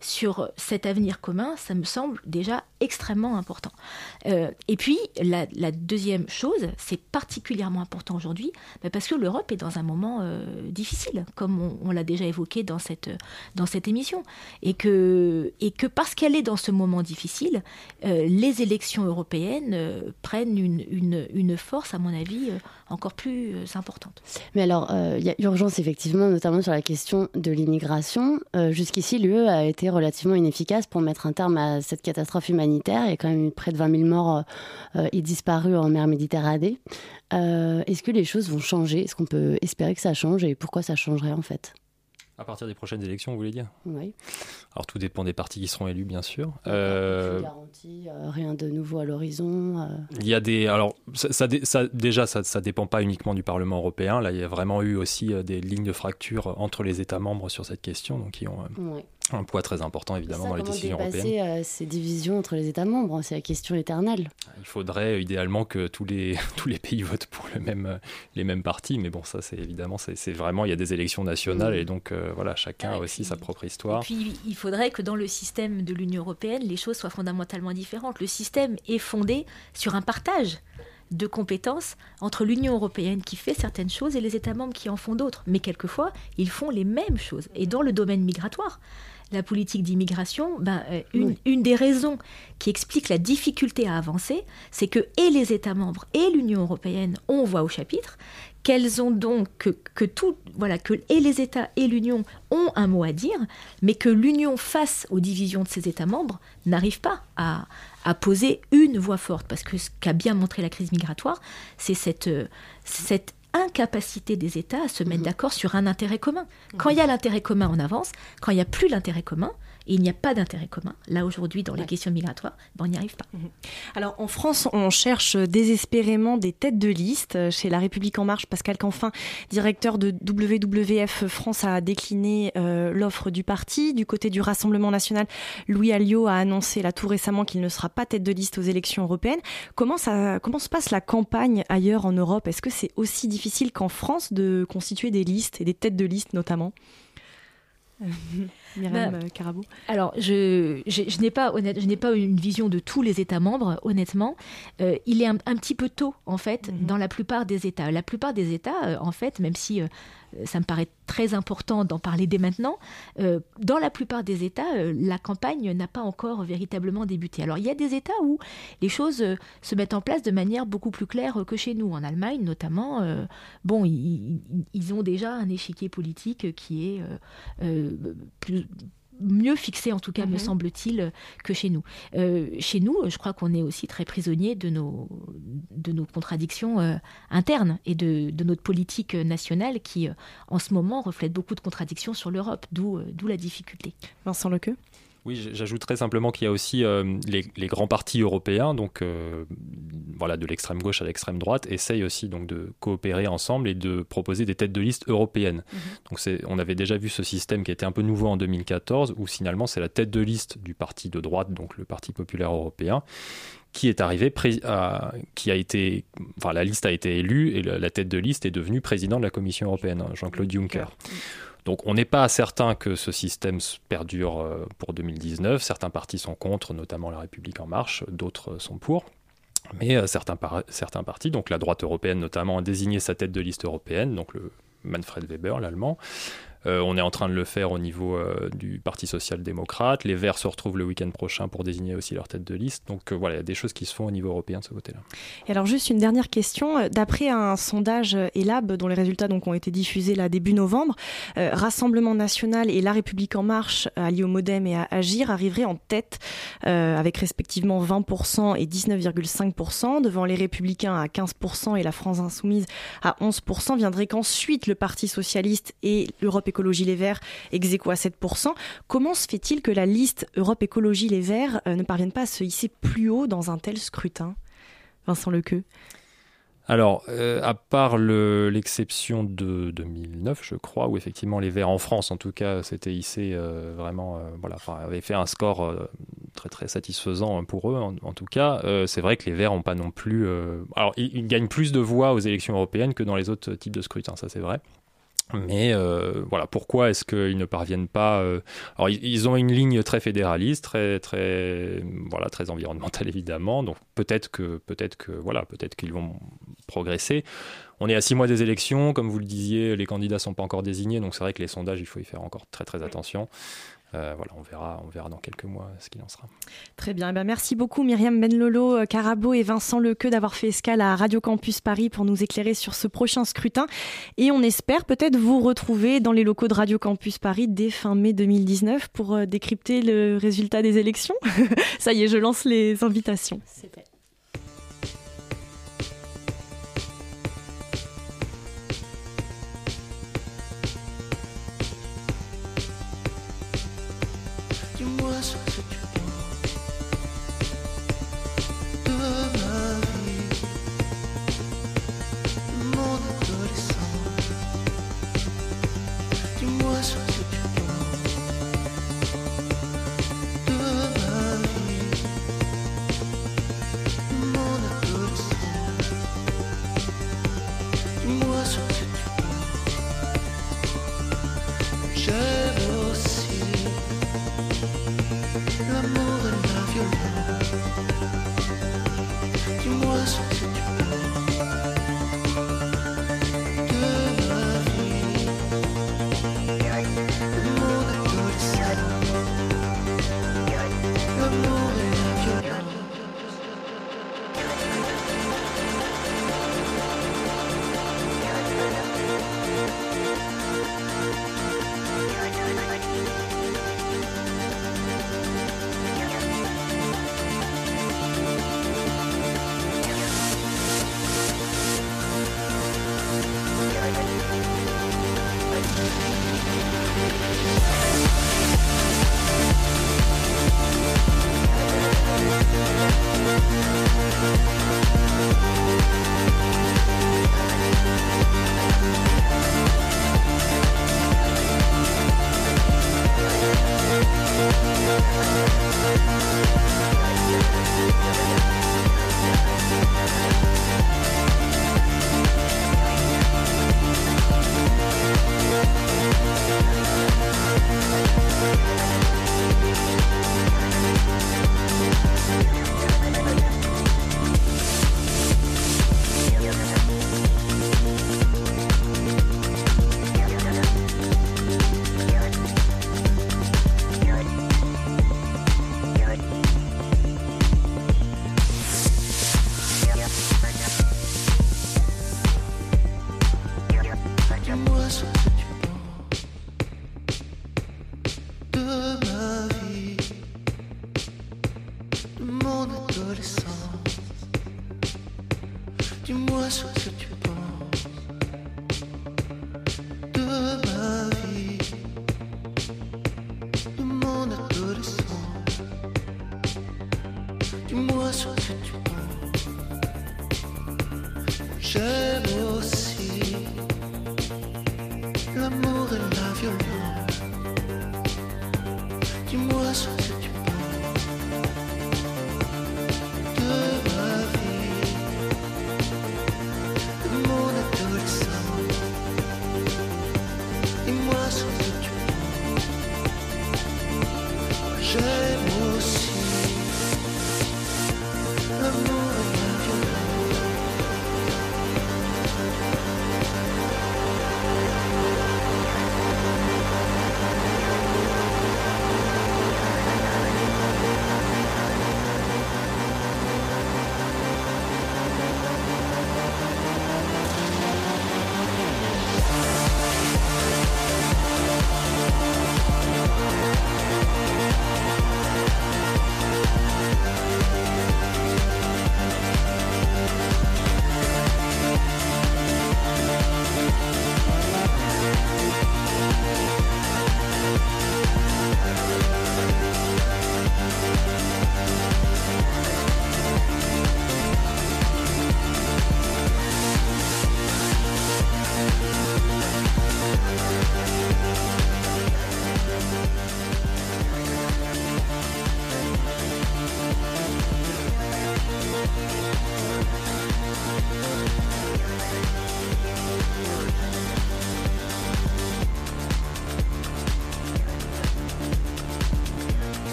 sur cet avenir commun, ça me semble déjà extrêmement important. Euh, et puis, la, la deuxième chose, c'est particulièrement important aujourd'hui, bah parce que l'Europe est dans un moment euh, difficile, comme on, on l'a déjà évoqué dans cette, dans cette émission. Et que, et que parce qu'elle est dans ce moment difficile, euh, les élections européennes euh, prennent une, une, une force, à mon avis, euh, encore plus euh, importante. Mais alors, il euh, y a urgence, effectivement, notamment sur la question de l'immigration. Euh, jusqu'ici, l'U E a été relativement inefficace pour mettre un terme à cette catastrophe humanitaire. Il y a quand même eu près de vingt mille morts euh, et disparus en mer Méditerranée. Euh, est-ce que les choses vont changer ? Est-ce qu'on peut espérer que ça change et pourquoi ça changerait en fait ? À partir des prochaines élections, vous voulez dire ? Oui. Alors tout dépend des partis qui seront élus, bien sûr. Euh... Aucune garantie, euh, rien de nouveau à l'horizon. Euh... Il y a des, alors ça, ça, ça déjà ça, ça dépend pas uniquement du Parlement européen. Là, il y a vraiment eu aussi euh, des lignes de fracture entre les États membres sur cette question, donc qui ont euh, ouais. un poids très important évidemment ça, dans les décisions européennes. Comment dépasser euh, ces divisions entre les États membres ? C'est la question éternelle. Il faudrait euh, idéalement que tous les tous les pays votent pour le même euh, les mêmes partis, mais bon, ça c'est évidemment c'est, c'est vraiment il y a des élections nationales mmh. et donc euh, voilà, chacun a aussi puis, sa propre histoire. Et puis il faudrait que dans le système de l'Union européenne, les choses soient fondamentalement différentes. Le système est fondé sur un partage de compétences entre l'Union européenne qui fait certaines choses et les États membres qui en font d'autres. Mais quelquefois, ils font les mêmes choses. Et dans le domaine migratoire, la politique d'immigration, ben, euh, une, oui. une des raisons qui explique la difficulté à avancer, c'est que et les États membres et l'Union européenne ont voix au chapitre, qu'elles ont donc que, que tout, voilà, que et les États et l'Union ont un mot à dire, mais que l'Union face aux divisions de ses États membres n'arrive pas à, à poser une voix forte, parce que ce qu'a bien montré la crise migratoire, c'est cette, cette incapacité des États à se mettre mmh. d'accord sur un intérêt commun. Quand il y a l'intérêt commun, on avance. Quand il n'y a plus l'intérêt commun, et il n'y a pas d'intérêt commun, là aujourd'hui dans les ouais. questions migratoires, ben, on n'y arrive pas. Mmh. Alors en France, on cherche désespérément des têtes de liste. Chez La République En Marche, Pascal Canfin, directeur de W W F France, a décliné euh, l'offre du parti. Du côté du Rassemblement National, Louis Alliot a annoncé là tout récemment qu'il ne sera pas tête de liste aux élections européennes. Comment, ça, comment se passe la campagne ailleurs en Europe ? Est-ce que c'est aussi difficile qu'en France de constituer des listes et des têtes de liste notamment ? Myriam bah, Carabou. Alors, je, je, je, n'ai pas, honnête, je n'ai pas une vision de tous les États membres, honnêtement. Euh, il est un, un petit peu tôt, en fait, mm-hmm. dans la plupart des États. La plupart des États, euh, en fait, même si euh, ça me paraît très important d'en parler dès maintenant, euh, dans la plupart des États, euh, la campagne n'a pas encore véritablement débuté. Alors, il y a des États où les choses euh, se mettent en place de manière beaucoup plus claire que chez nous. En Allemagne, notamment, euh, bon, ils, ils ont déjà un échiquier politique qui est euh, euh, plus mieux fixé en tout cas, mmh. me semble-t-il, que chez nous. Euh, chez nous, je crois qu'on est aussi très prisonnier de nos, de nos contradictions euh, internes et de, de notre politique nationale qui, euh, en ce moment, reflète beaucoup de contradictions sur l'Europe, d'où, euh, d'où la difficulté. Vincent Lequeux ? Oui, j'ajouterais simplement qu'il y a aussi euh, les, les grands partis européens, donc euh, voilà, de l'extrême gauche à l'extrême droite, essayent aussi donc de coopérer ensemble et de proposer des têtes de liste européennes. Mmh. Donc c'est, on avait déjà vu ce système qui était un peu nouveau en deux mille quatorze, où finalement c'est la tête de liste du parti de droite, donc le Parti populaire européen, qui est arrivé, pré- à, qui a été, enfin la liste a été élue et la, la tête de liste est devenue président de la Commission européenne, Jean-Claude Juncker. Mmh. Donc on n'est pas certain que ce système perdure pour deux mille dix-neuf. Certains partis sont contre, notamment La République En Marche, d'autres sont pour. Mais certains, par- certains partis, donc la droite européenne notamment, a désigné sa tête de liste européenne, donc le Manfred Weber, l'allemand. Euh, on est en train de le faire au niveau euh, du Parti social-démocrate. Les Verts se retrouvent le week-end prochain pour désigner aussi leur tête de liste. Donc euh, voilà, il y a des choses qui se font au niveau européen de ce côté-là. Et alors juste une dernière question. D'après un sondage Elab, dont les résultats donc, ont été diffusés là début novembre, euh, Rassemblement National et La République En Marche, alliés au Modem et à Agir, arriveraient en tête euh, avec respectivement vingt pour cent et dix-neuf virgule cinq pour cent, devant les Républicains à quinze pour cent et la France Insoumise à onze pour cent. Viendrait qu'ensuite le Parti Socialiste et l'Europe Écologie Les Verts ex aequo à sept pour cent. Comment se fait-il que la liste Europe Écologie Les Verts euh, ne parvienne pas à se hisser plus haut dans un tel scrutin ? Vincent Lequeux. Alors, euh, à part le, l'exception de deux mille neuf, je crois, où effectivement les Verts en France, en tout cas, s'étaient hissés euh, vraiment, euh, voilà, enfin, avaient fait un score euh, très très satisfaisant pour eux, en, en tout cas, euh, c'est vrai que les Verts n'ont pas non plus. Euh, alors, ils, ils gagnent plus de voix aux élections européennes que dans les autres types de scrutins, ça c'est vrai. Mais euh, voilà, pourquoi est-ce qu'ils ne parviennent pas euh... Alors, ils, ils ont une ligne très fédéraliste, très, très, voilà, très environnementale évidemment. Donc peut-être que, peut-être que, voilà, peut-être qu'ils vont progresser. On est à six mois des élections, comme vous le disiez, les candidats sont pas encore désignés, donc c'est vrai que les sondages, il faut y faire encore très très attention. Euh, voilà, on verra, on verra dans quelques mois ce qu'il en sera. Très bien, eh bien merci beaucoup Myriam Benlolo, Carabo et Vincent Lequeux d'avoir fait escale à Radio Campus Paris pour nous éclairer sur ce prochain scrutin. Et on espère peut-être vous retrouver dans les locaux de Radio Campus Paris dès fin mai deux mille dix-neuf pour euh, décrypter le résultat des élections. Ça y est, je lance les invitations. C'est fait. Dis-moi ce que tu penses de ma vie, mon adolescence. Dis-moi ce que tu penses de ma vie, mon adolescence. Dis-moi ce que tu penses. J'aime aussi l'amour et la violence. Dis-moi ce que tu penses de ma vie, de mon adolescence. L'amour et la violence. Dis-moi ce que tu penses de ma vie, de mon adolescence. Dis-moi ce que tu penses de ma vie, de mon adolescence. Dis-moi ce que tu penses.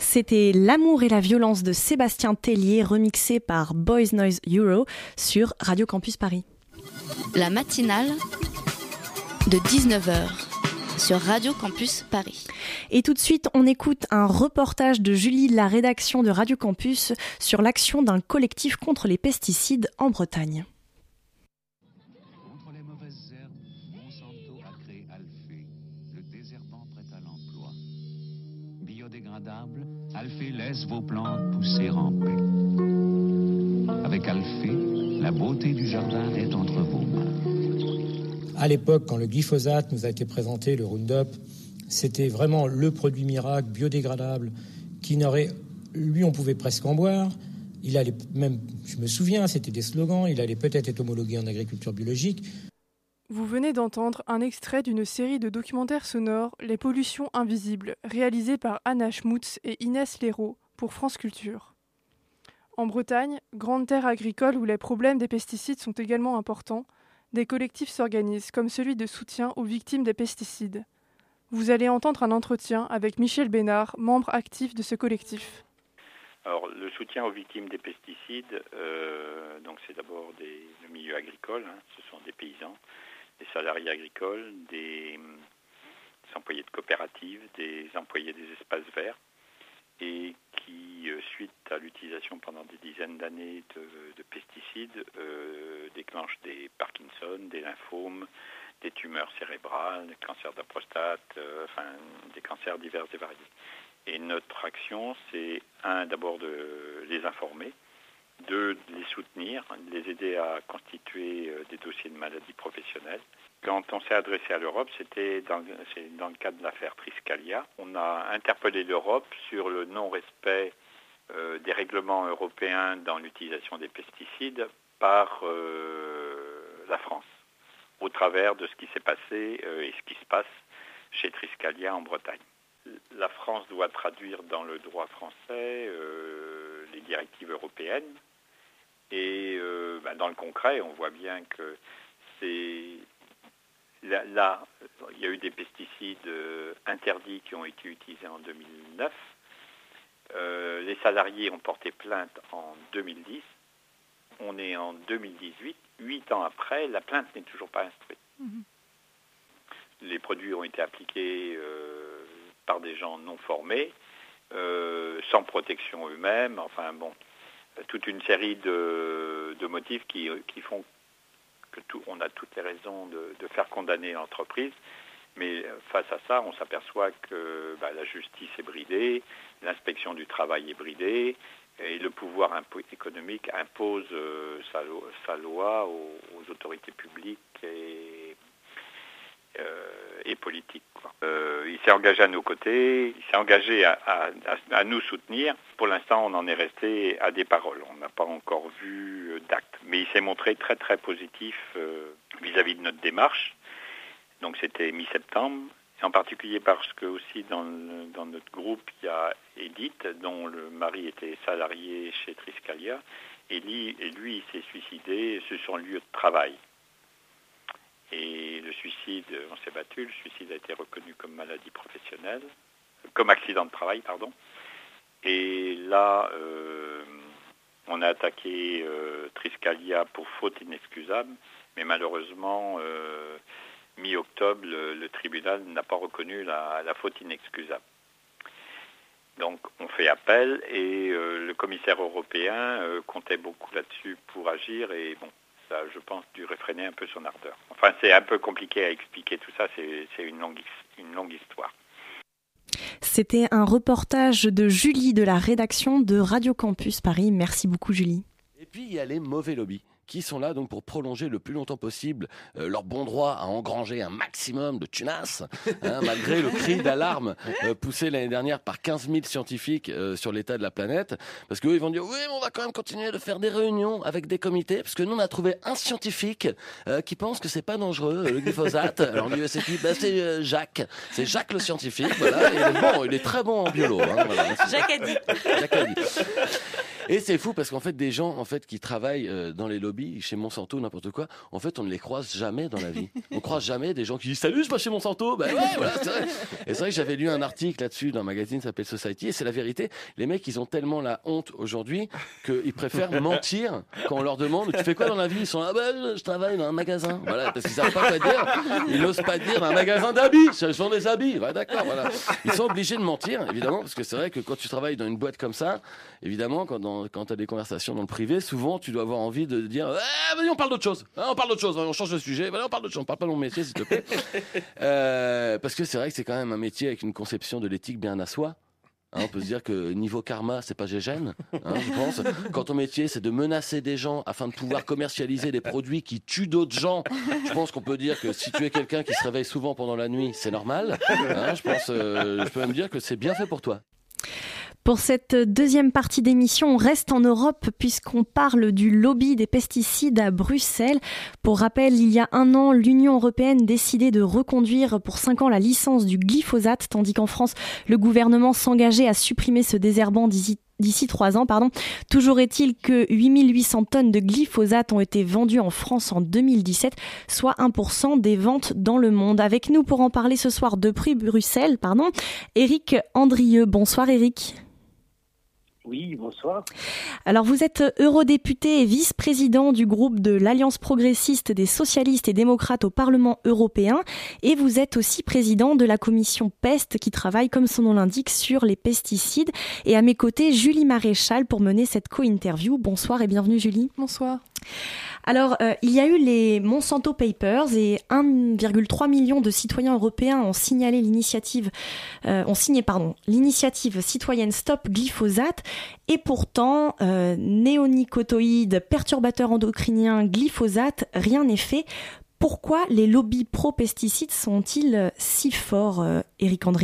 C'était L'amour et la violence de Sébastien Tellier, remixé par Boys Noise Euro sur Radio Campus Paris. La matinale de dix-neuf heures sur Radio Campus Paris. Et tout de suite, on écoute un reportage de Julie de la rédaction de Radio Campus sur l'action d'un collectif contre les pesticides en Bretagne. Contre les mauvaises herbes, Monsanto a créé Alphée, le désherbant prêt à l'emploi. Biodégradable, Alphée laisse vos plantes pousser en paix. Avec Alphée, la beauté du jardin est entre vos mains. À l'époque, quand le glyphosate nous a été présenté, le Roundup, c'était vraiment le produit miracle, biodégradable, qui n'aurait... Lui, on pouvait presque en boire. Il allait même, je me souviens, c'était des slogans, il allait peut-être être homologué en agriculture biologique. Vous venez d'entendre un extrait d'une série de documentaires sonores, Les pollutions invisibles, réalisés par Anna Schmutz et Inès Léraud pour France Culture. En Bretagne, grande terre agricole où les problèmes des pesticides sont également importants, des collectifs s'organisent, comme celui de soutien aux victimes des pesticides. Vous allez entendre un entretien avec Michel Bénard, membre actif de ce collectif. Alors, le soutien aux victimes des pesticides, euh, donc c'est d'abord des, le milieu agricole, hein, ce sont des paysans, des salariés agricoles, des, des employés de coopératives, des employés des espaces verts, et qui, euh, suite à l'utilisation pendant des dizaines d'années de, de pesticides, euh, déclenchent des Parkinson, des lymphomes, des tumeurs cérébrales, des cancers de la prostate, euh, enfin des cancers divers et variés. Et notre action, c'est un, d'abord de les informer, deux, de les soutenir, de les aider à constituer euh, des dossiers de maladies professionnelles. Quand on s'est adressé à l'Europe, c'était dans, c'est dans le cadre de l'affaire Triskalia. On a interpellé l'Europe sur le non-respect euh, des règlements européens dans l'utilisation des pesticides par euh, la France, au travers de ce qui s'est passé euh, et ce qui se passe chez Triskalia en Bretagne. La France doit traduire dans le droit français euh, les directives européennes et euh, bah, dans le concret, on voit bien que c'est... Là, là, il y a eu des pesticides euh, interdits qui ont été utilisés en deux mille neuf. Euh, les salariés ont porté plainte en deux mille dix. On est en deux mille dix-huit. Huit ans après, la plainte n'est toujours pas instruite. Mmh. Les produits ont été appliqués euh, par des gens non formés, euh, sans protection eux-mêmes. Enfin bon, toute une série de, de motifs qui, qui font que tout, on a toutes les raisons de, de faire condamner l'entreprise, mais face à ça, on s'aperçoit que bah, la justice est bridée, l'inspection du travail est bridée, et le pouvoir impo- économique impose euh, sa, lo- sa loi aux, aux autorités publiques et, euh, et politiques. Quoi. Euh, il s'est engagé à nos côtés, il s'est engagé à, à, à nous soutenir. Pour l'instant, on en est resté à des paroles. On n'a pas encore vu euh, d'actes. Mais il s'est montré très très positif euh, vis-à-vis de notre démarche. Donc c'était mi-septembre. Et en particulier parce que aussi dans, le, dans notre groupe, il y a Edith, dont le mari était salarié chez Triskalia. Et lui, et lui il s'est suicidé sur son lieu de travail. Et le suicide, on s'est battu, le suicide a été reconnu comme maladie professionnelle, comme accident de travail, pardon. Et là, euh, on a attaqué euh, Triskalia pour faute inexcusable, mais malheureusement, euh, mi-octobre, le, le tribunal n'a pas reconnu la, la faute inexcusable. Donc on fait appel et euh, le commissaire européen euh, comptait beaucoup là-dessus pour agir et bon, ça, je pense, dû réfréner un peu son ardeur. Enfin, c'est un peu compliqué à expliquer tout ça, c'est, c'est une longue, une longue histoire. C'était un reportage de Julie de la rédaction de Radio Campus Paris. Merci beaucoup, Julie. Et puis, il y a les mauvais lobbies qui sont là donc pour prolonger le plus longtemps possible euh, leur bon droit à engranger un maximum de tunas, hein, malgré le cri d'alarme euh, poussé l'année dernière par quinze mille scientifiques euh, sur l'état de la planète, parce qu'eux ils vont dire oui mais on va quand même continuer de faire des réunions avec des comités, parce que nous on a trouvé un scientifique euh, qui pense que c'est pas dangereux le glyphosate. Alors lui c'est qui bah, c'est euh, Jacques, c'est Jacques le scientifique, voilà, et il est bon, il est très bon en biolo, hein, voilà. Jacques a dit. Jacques a dit. Et c'est fou parce qu'en fait, des gens en fait qui travaillent euh, dans les lobbies, chez Monsanto, n'importe quoi, en fait, on ne les croise jamais dans la vie. On croise jamais des gens qui disent salut, je passe chez Monsanto. Ben ouais, voilà, c'est vrai. Et c'est vrai que j'avais lu un article là-dessus dans un magazine qui s'appelle Society, et c'est la vérité. Les mecs, ils ont tellement la honte aujourd'hui qu'ils préfèrent mentir quand on leur demande tu fais quoi dans la vie. Ils sont là, bah, je travaille dans un magasin. Voilà, parce qu'ils savent pas quoi dire. Ils n'osent pas dire un magasin d'habits. Je vends des habits. Ouais, d'accord, voilà. Ils sont obligés de mentir, évidemment, parce que c'est vrai que quand tu travailles dans une boîte comme ça, évidemment, quand, dans, quand tu as des conversations dans le privé, souvent, tu dois avoir envie de dire eh, vas-y, on parle d'autre chose. Hein, on parle d'autre chose. On change de sujet. Vas-y, on parle d'autre chose. On parle pas de mon métier, s'il te plaît. Euh, parce que c'est vrai que c'est quand même un métier avec une conception de l'éthique bien à soi. Hein, on peut se dire que niveau karma, c'est pas Gégène, hein, je pense. Quand ton métier, c'est de menacer des gens afin de pouvoir commercialiser des produits qui tuent d'autres gens, je pense qu'on peut dire que si tu es quelqu'un qui se réveille souvent pendant la nuit, c'est normal. Hein, je pense, euh, je peux même dire que c'est bien fait pour toi. Pour cette deuxième partie d'émission, on reste en Europe puisqu'on parle du lobby des pesticides à Bruxelles. Pour rappel, il y a un an, l'Union européenne décidait de reconduire pour cinq ans la licence du glyphosate, tandis qu'en France, le gouvernement s'engageait à supprimer ce désherbant d'ici D'ici trois ans, pardon. Toujours est-il que huit mille huit cents tonnes de glyphosate ont été vendues en France en deux mille dix-sept, soit un pour cent des ventes dans le monde. Avec nous pour en parler ce soir depuis Bruxelles, pardon, Éric Andrieux. Bonsoir Éric. Oui, bonsoir. Alors vous êtes eurodéputé et vice-président du groupe de l'Alliance progressiste des socialistes et démocrates au Parlement européen et vous êtes aussi président de la commission PEST qui travaille, comme son nom l'indique, sur les pesticides. Et à mes côtés, Julie Maréchal pour mener cette co-interview. Bonsoir et bienvenue Julie. Bonsoir. Alors, euh, il y a eu les Monsanto Papers et un virgule trois million de citoyens européens ont signalé l'initiative, euh, ont signé pardon, l'initiative citoyenne Stop Glyphosate. Et pourtant, euh, néonicotinoïdes, perturbateurs endocriniens, glyphosate, rien n'est fait. Pourquoi les lobbies pro-pesticides sont-ils si forts, euh, Éric Andrieux ?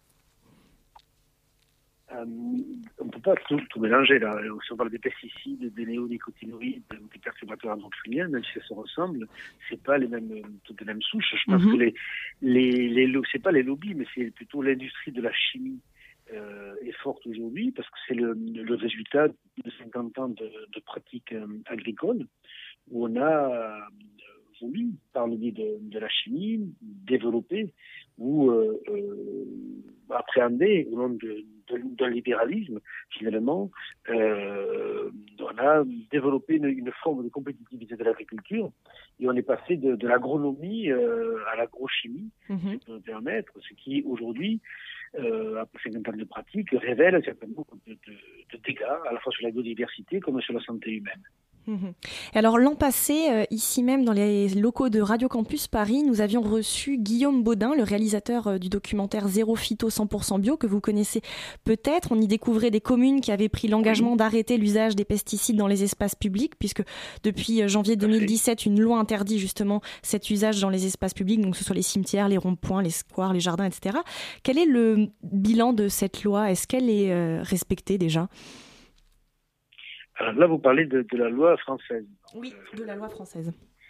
Euh, on ne peut pas tout, tout mélanger là. Si on parle des pesticides, des néonicotinoïdes, des perturbateurs endocriniens, même si ça se ressemble, c'est pas les mêmes, toutes les mêmes souches. Je pense mm-hmm. que les, les, les, c'est pas les lobbies, mais c'est plutôt l'industrie de la chimie euh, est forte aujourd'hui parce que c'est le, le résultat de cinquante ans de, de pratiques euh, agricoles où on a euh, voulu, par le biais de, de la chimie, développer ou euh, euh, appréhender au nom de d'un libéralisme, finalement, euh, on a développé une, une forme de compétitivité de l'agriculture et on est passé de, de l'agronomie euh, à l'agrochimie, mm-hmm. si je peux me permettre, ce qui aujourd'hui, euh, après cinquante ans de pratique, révèle un certain nombre de, de, de dégâts, à la fois sur la biodiversité comme sur la santé humaine. Mmh. Alors l'an passé, euh, ici même dans les locaux de Radio Campus Paris, nous avions reçu Guillaume Baudin, le réalisateur euh, du documentaire Zéro Phyto cent pour cent bio, que vous connaissez peut-être. On y découvrait des communes qui avaient pris l'engagement oui. d'arrêter l'usage des pesticides dans les espaces publics, puisque depuis euh, janvier deux mille dix-sept, une loi interdit justement cet usage dans les espaces publics, donc que ce soit les cimetières, les ronds-points, les squares, les jardins, et cetera. Quel est le bilan de cette loi ? Est-ce qu'elle est euh, respectée déjà ? Alors là, vous parlez de, de la loi française. Oui, de la loi française.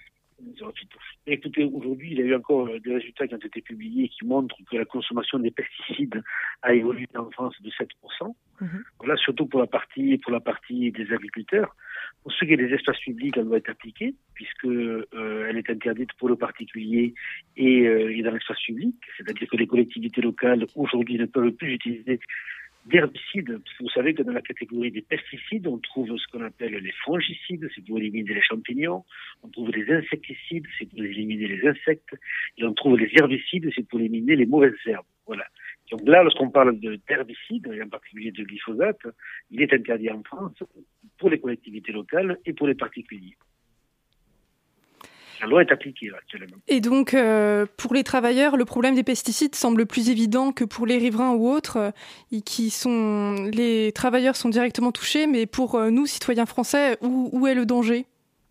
Écoutez, aujourd'hui, il y a eu encore des résultats qui ont été publiés qui montrent que la consommation des pesticides a évolué en France de sept pour cent. Mmh. Voilà, surtout pour la partie, pour la partie des agriculteurs. Pour ce qui est des espaces publics, elle doit être appliquée, puisque euh, elle est interdite pour le particulier et, euh, et dans l'espace public. C'est-à-dire que les collectivités locales, aujourd'hui, ne peuvent plus utiliser d'herbicides. Vous savez que dans la catégorie des pesticides, on trouve ce qu'on appelle les fongicides, c'est pour éliminer les champignons. On trouve les insecticides, c'est pour éliminer les insectes. Et on trouve les herbicides, c'est pour éliminer les mauvaises herbes. Voilà. Donc là, lorsqu'on parle de, d'herbicides, et en particulier de glyphosate, il est interdit en France pour les collectivités locales et pour les particuliers. La loi est appliquée là, actuellement. Et donc, euh, pour les travailleurs, le problème des pesticides semble plus évident que pour les riverains ou autres, euh, qui sont, les travailleurs sont directement touchés, mais pour euh, nous, citoyens français, où, où est le danger ?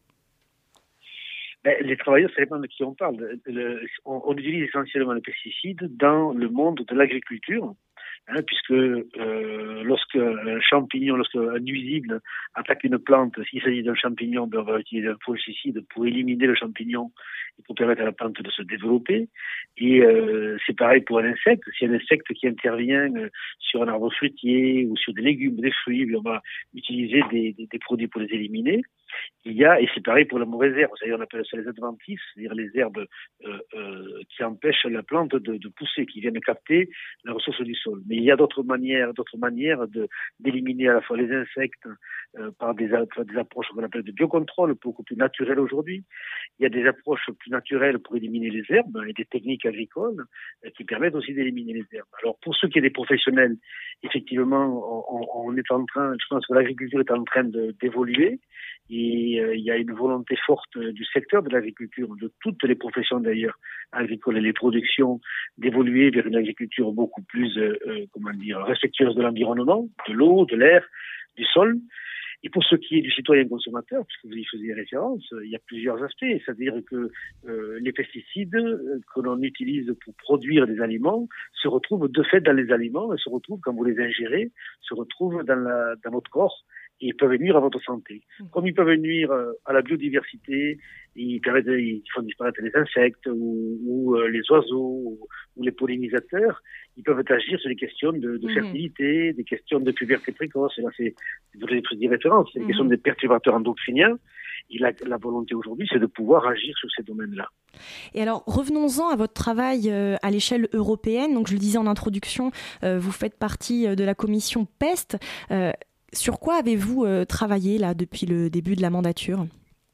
Ben, les travailleurs, ça dépend de qui on parle. Le, on, on utilise essentiellement les pesticides dans le monde de l'agriculture, hein, puisque euh, lorsque un champignon, lorsque un nuisible attaque une plante, s'il s'agit d'un champignon, ben on va utiliser un fongicide pour éliminer le champignon et pour permettre à la plante de se développer. Et euh, c'est pareil pour un insecte. Si un insecte qui intervient euh, sur un arbre fruitier ou sur des légumes, des fruits, on va utiliser des, des, des produits pour les éliminer. Il y a, et c'est pareil pour la mauvaise herbe, c'est-à-dire on appelle ça les adventices, c'est-à-dire les herbes euh, euh, qui empêchent la plante de, de pousser, qui viennent capter la ressource du sol. Mais il y a d'autres manières, d'autres manières de d'éliminer à la fois les insectes euh, par des, par des approches qu'on appelle de biocontrôle, beaucoup plus naturelles aujourd'hui. Il y a des approches plus naturelles pour éliminer les herbes et des techniques agricoles euh, qui permettent aussi d'éliminer les herbes. Alors pour ceux qui sont des professionnels, effectivement, on, on est en train, je pense que l'agriculture est en train de, d'évoluer. Et euh, il y a une volonté forte euh, du secteur de l'agriculture, de toutes les professions d'ailleurs, agricoles et les productions, d'évoluer vers une agriculture beaucoup plus, euh, euh, comment dire, respectueuse de l'environnement, de l'eau, de l'air, du sol. Et pour ce qui est du citoyen consommateur, puisque vous y faisiez référence, il y a plusieurs aspects. C'est-à-dire que euh, les pesticides euh, que l'on utilise pour produire des aliments se retrouvent de fait dans les aliments et se retrouvent, quand vous les ingérez, se retrouvent dans, la, dans votre corps. Et ils peuvent nuire à votre santé. Comme ils peuvent nuire à la biodiversité, ils, ils font disparaître les insectes ou, ou euh, les oiseaux ou, ou les pollinisateurs, ils peuvent agir sur des questions de, de fertilité, mmh. des questions de puberté précoce. Et là, c'est des références, c'est des mmh. questions des perturbateurs endocriniens. Et la, la volonté aujourd'hui, c'est de pouvoir agir sur ces domaines-là. Et alors, revenons-en à votre travail euh, à l'échelle européenne. Donc, je le disais en introduction, euh, vous faites partie de la commission PEST. Euh, Sur quoi avez-vous euh, travaillé là depuis le début de la mandature ?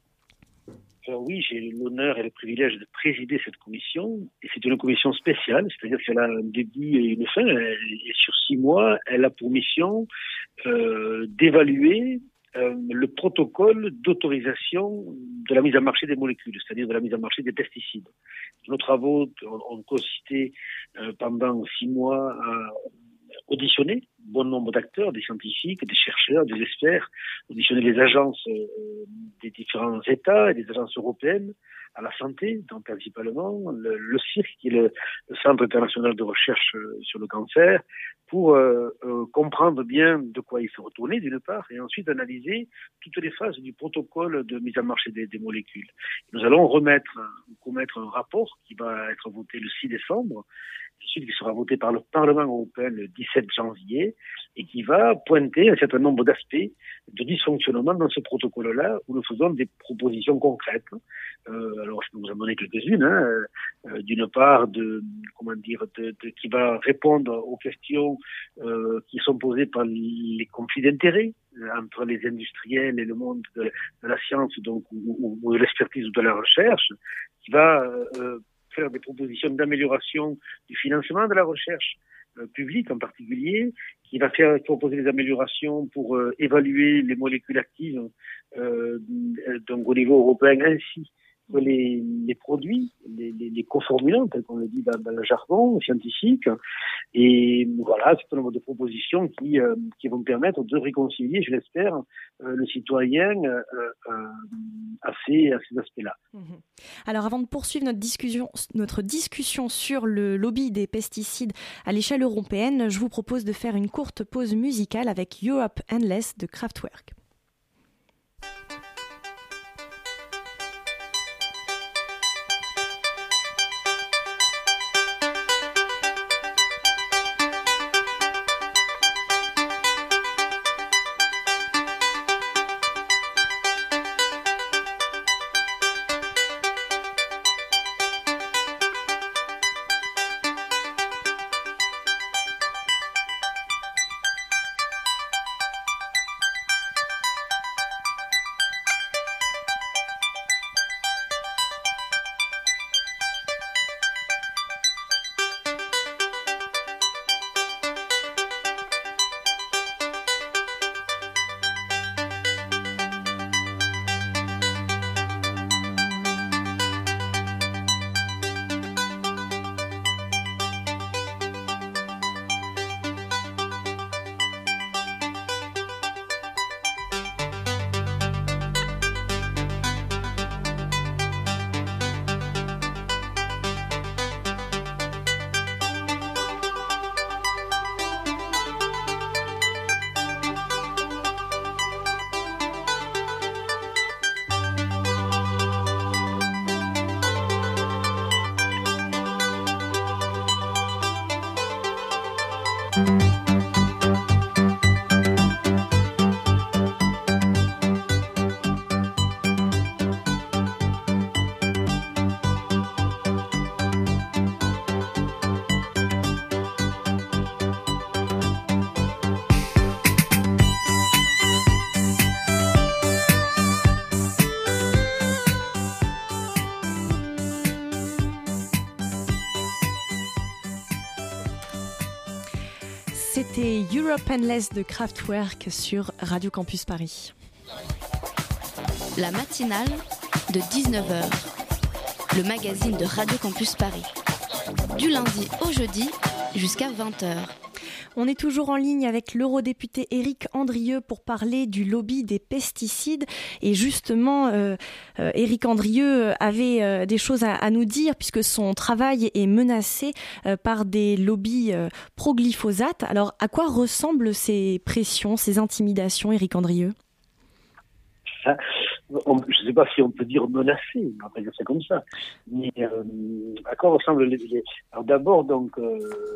Alors oui, j'ai l'honneur et le privilège de présider cette commission. Et c'est une commission spéciale, c'est-à-dire qu'elle a un début et une fin. Et sur six mois, elle a pour mission euh, d'évaluer euh, le protocole d'autorisation de la mise en marché des molécules, c'est-à-dire de la mise en marché des pesticides. Nos travaux ont consisté euh, pendant six mois à auditionner bon nombre d'acteurs, des scientifiques, des chercheurs, des experts, auditionner les agences euh, des différents États et des agences européennes à la santé, donc principalement le, le C I R C, qui est le, le Centre international de recherche euh, sur le cancer, pour euh, euh, comprendre bien de quoi il faut retourner d'une part, et ensuite analyser toutes les phases du protocole de mise en marché des, des molécules. Nous allons remettre, commettre un rapport qui va être voté le six décembre, ensuite qui sera voté par le Parlement européen le dix-sept janvier, et qui va pointer un certain nombre d'aspects de dysfonctionnement dans ce protocole-là, où nous faisons des propositions concrètes. Euh, alors, je peux vous en donner quelques-unes. Hein. Euh, d'une part, de comment dire, de, de, qui va répondre aux questions euh, qui sont posées par les conflits d'intérêts euh, entre les industriels et le monde de, de la science, donc ou, ou de l'expertise ou de la recherche, qui va euh, faire des propositions d'amélioration du financement de la recherche euh, publique en particulier, qui va faire proposer des améliorations pour euh, évaluer les molécules actives euh, donc au niveau européen, ainsi que les, les produits, les, les, les coformulants, tels qu'on le dit dans, dans le jargon scientifique. Et voilà, c'est un nombre de propositions qui, euh, qui vont permettre de réconcilier, je l'espère, euh, le citoyen euh, euh, à ces, à ces aspects-là. Mmh. Alors avant de poursuivre notre discussion, notre discussion sur le lobby des pesticides à l'échelle européenne, je vous propose de faire une courte pause musicale avec Europe Endless de Kraftwerk. C'était Europe Endless de Kraftwerk sur Radio Campus Paris. La matinale de dix-neuf heures, le magazine de Radio Campus Paris. Du lundi au jeudi jusqu'à vingt heures. On est toujours en ligne avec l'eurodéputé Éric Andrieux pour parler du lobby des pesticides. Et justement, euh, euh, Éric Andrieux avait euh, des choses à, à nous dire puisque son travail est menacé euh, par des lobbies euh, pro-glyphosate. Alors, à quoi ressemblent ces pressions, ces intimidations, Éric Andrieux ? Ça, on, je ne sais pas si on peut dire menacé, on va dire ça comme ça. Mais euh, à quoi ressemblent les... les... Alors d'abord, donc... Euh,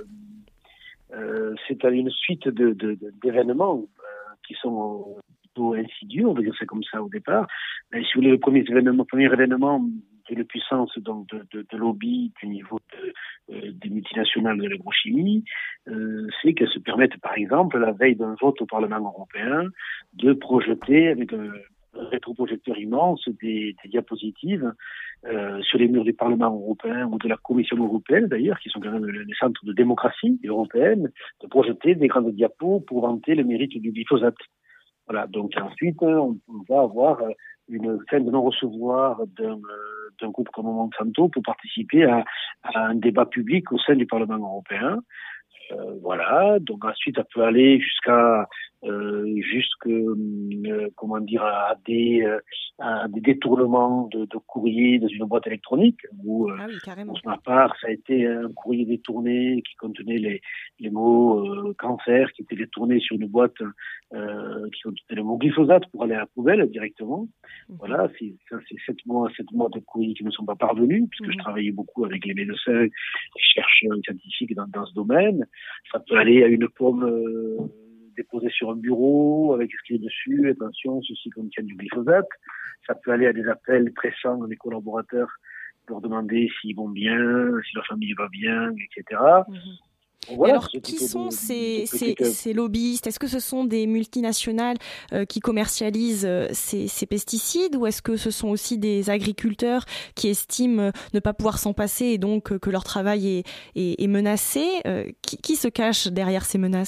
Euh, c'est une suite de, de, de, d'événements euh, qui sont plutôt insidieux, on va dire c'est comme ça au départ. Mais si vous voulez, le premier événement, premier événement de la puissance donc de, de, de lobby du niveau de, euh, des multinationales de l'agrochimie, euh, c'est qu'elles se permettent par exemple, la veille d'un vote au Parlement européen, de projeter avec un un rétroprojecteur immense des, des diapositives euh, sur les murs du Parlement européen ou de la Commission européenne d'ailleurs, qui sont quand même les centres de démocratie européenne, de projeter des grandes diapos pour vanter le mérite du glyphosate. Voilà, donc ensuite on, on va avoir une fin de non-recevoir d'un, euh, d'un groupe comme Monsanto pour participer à, à un débat public au sein du Parlement européen. Euh, voilà, donc ensuite ça peut aller jusqu'à euh, jusque euh, comment dire à des euh, à des détournements de, de courrier dans une boîte électronique où euh, ah oui, carrément. Pour ma part ça a été un courrier détourné qui contenait les les mots euh, cancer qui était détourné sur une boîte euh, qui contenait le mot glyphosate pour aller à la poubelle directement. Mmh. Voilà, c'est ça c'est sept mois sept mois de courrier qui ne sont pas parvenus puisque mmh. je travaillais beaucoup avec les médecins, les chercheurs scientifiques dans dans ce domaine. Ça peut aller à une pomme euh, déposée sur un bureau avec écrit dessus, attention, ceci contient du glyphosate. Ça peut aller à des appels pressants à des collaborateurs pour leur demander s'ils vont bien, si leur famille va bien, et cetera. Mmh. Voilà, alors, qui sont de, ces, de ces, ces lobbyistes ? Est-ce que ce sont des multinationales euh, qui commercialisent euh, ces, ces pesticides ou est-ce que ce sont aussi des agriculteurs qui estiment euh, ne pas pouvoir s'en passer et donc euh, que leur travail est, est, est menacé ? euh, qui, qui se cache derrière ces menaces ?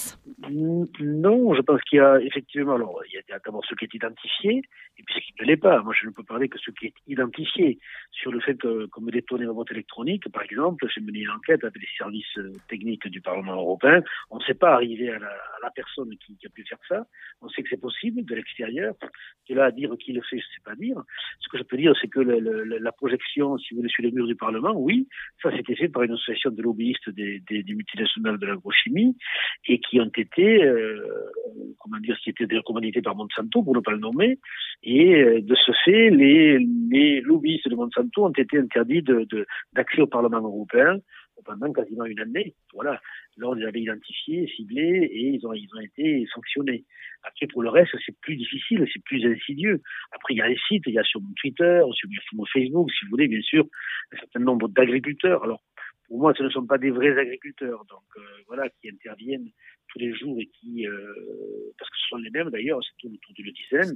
Non, je pense qu'il y a effectivement, alors il y a d'abord ce qui est identifié et puis ce qui ne l'est pas. Moi, je ne peux parler que ce qui est identifié sur le fait que, comme détourner la boîte électronique, par exemple, j'ai mené une enquête avec les services techniques du Parlement européen. On ne sait pas arriver à la, à la personne qui, qui a pu faire ça. On sait que c'est possible de l'extérieur. De là à dire qui le fait, je ne sais pas dire. Ce que je peux dire, c'est que le, le, la projection, si vous voulez, sur les murs du Parlement, oui, ça c'était fait par une association de lobbyistes des, des, des multinationales de l'agrochimie et qui ont été, euh, comment dire, qui étaient commandité par Monsanto, pour ne pas le nommer. Et euh, de ce fait, les, les lobbyistes de Monsanto ont été interdits de, de, d'accès au Parlement européen pendant quasiment une année. Voilà. Là, on les avait identifiés, ciblés, et ils ont, ils ont été sanctionnés. Après, pour le reste, c'est plus difficile, c'est plus insidieux. Après, il y a les sites, il y a sur mon Twitter, sur mon Facebook, si vous voulez, bien sûr, un certain nombre d'agriculteurs. Alors, pour moi, ce ne sont pas des vrais agriculteurs, donc euh, voilà, qui interviennent tous les jours et qui, euh, parce que ce sont les mêmes d'ailleurs, c'est tout autour d'une dizaine,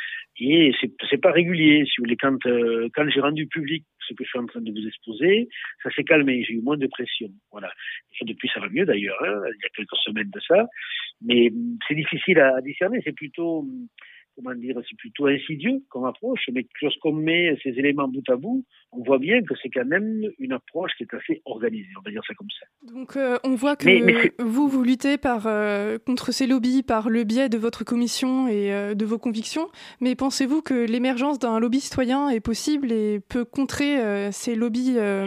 et c'est, c'est pas régulier. Si vous voulez, quand euh, quand j'ai rendu public ce que je suis en train de vous exposer, ça s'est calmé, j'ai eu moins de pression, voilà. Et depuis, ça va mieux d'ailleurs, hein, il y a quelques semaines de ça, mais c'est difficile à, à discerner, c'est plutôt comment dire, c'est plutôt insidieux comme approche, mais lorsqu'on met ces éléments bout à bout, on voit bien que c'est quand même une approche qui est assez organisée, on va dire ça comme ça. Donc euh, on voit que mais, mais vous, vous luttez par, euh, contre ces lobbies par le biais de votre commission et euh, de vos convictions, mais pensez-vous que l'émergence d'un lobby citoyen est possible et peut contrer euh, ces lobbies, euh,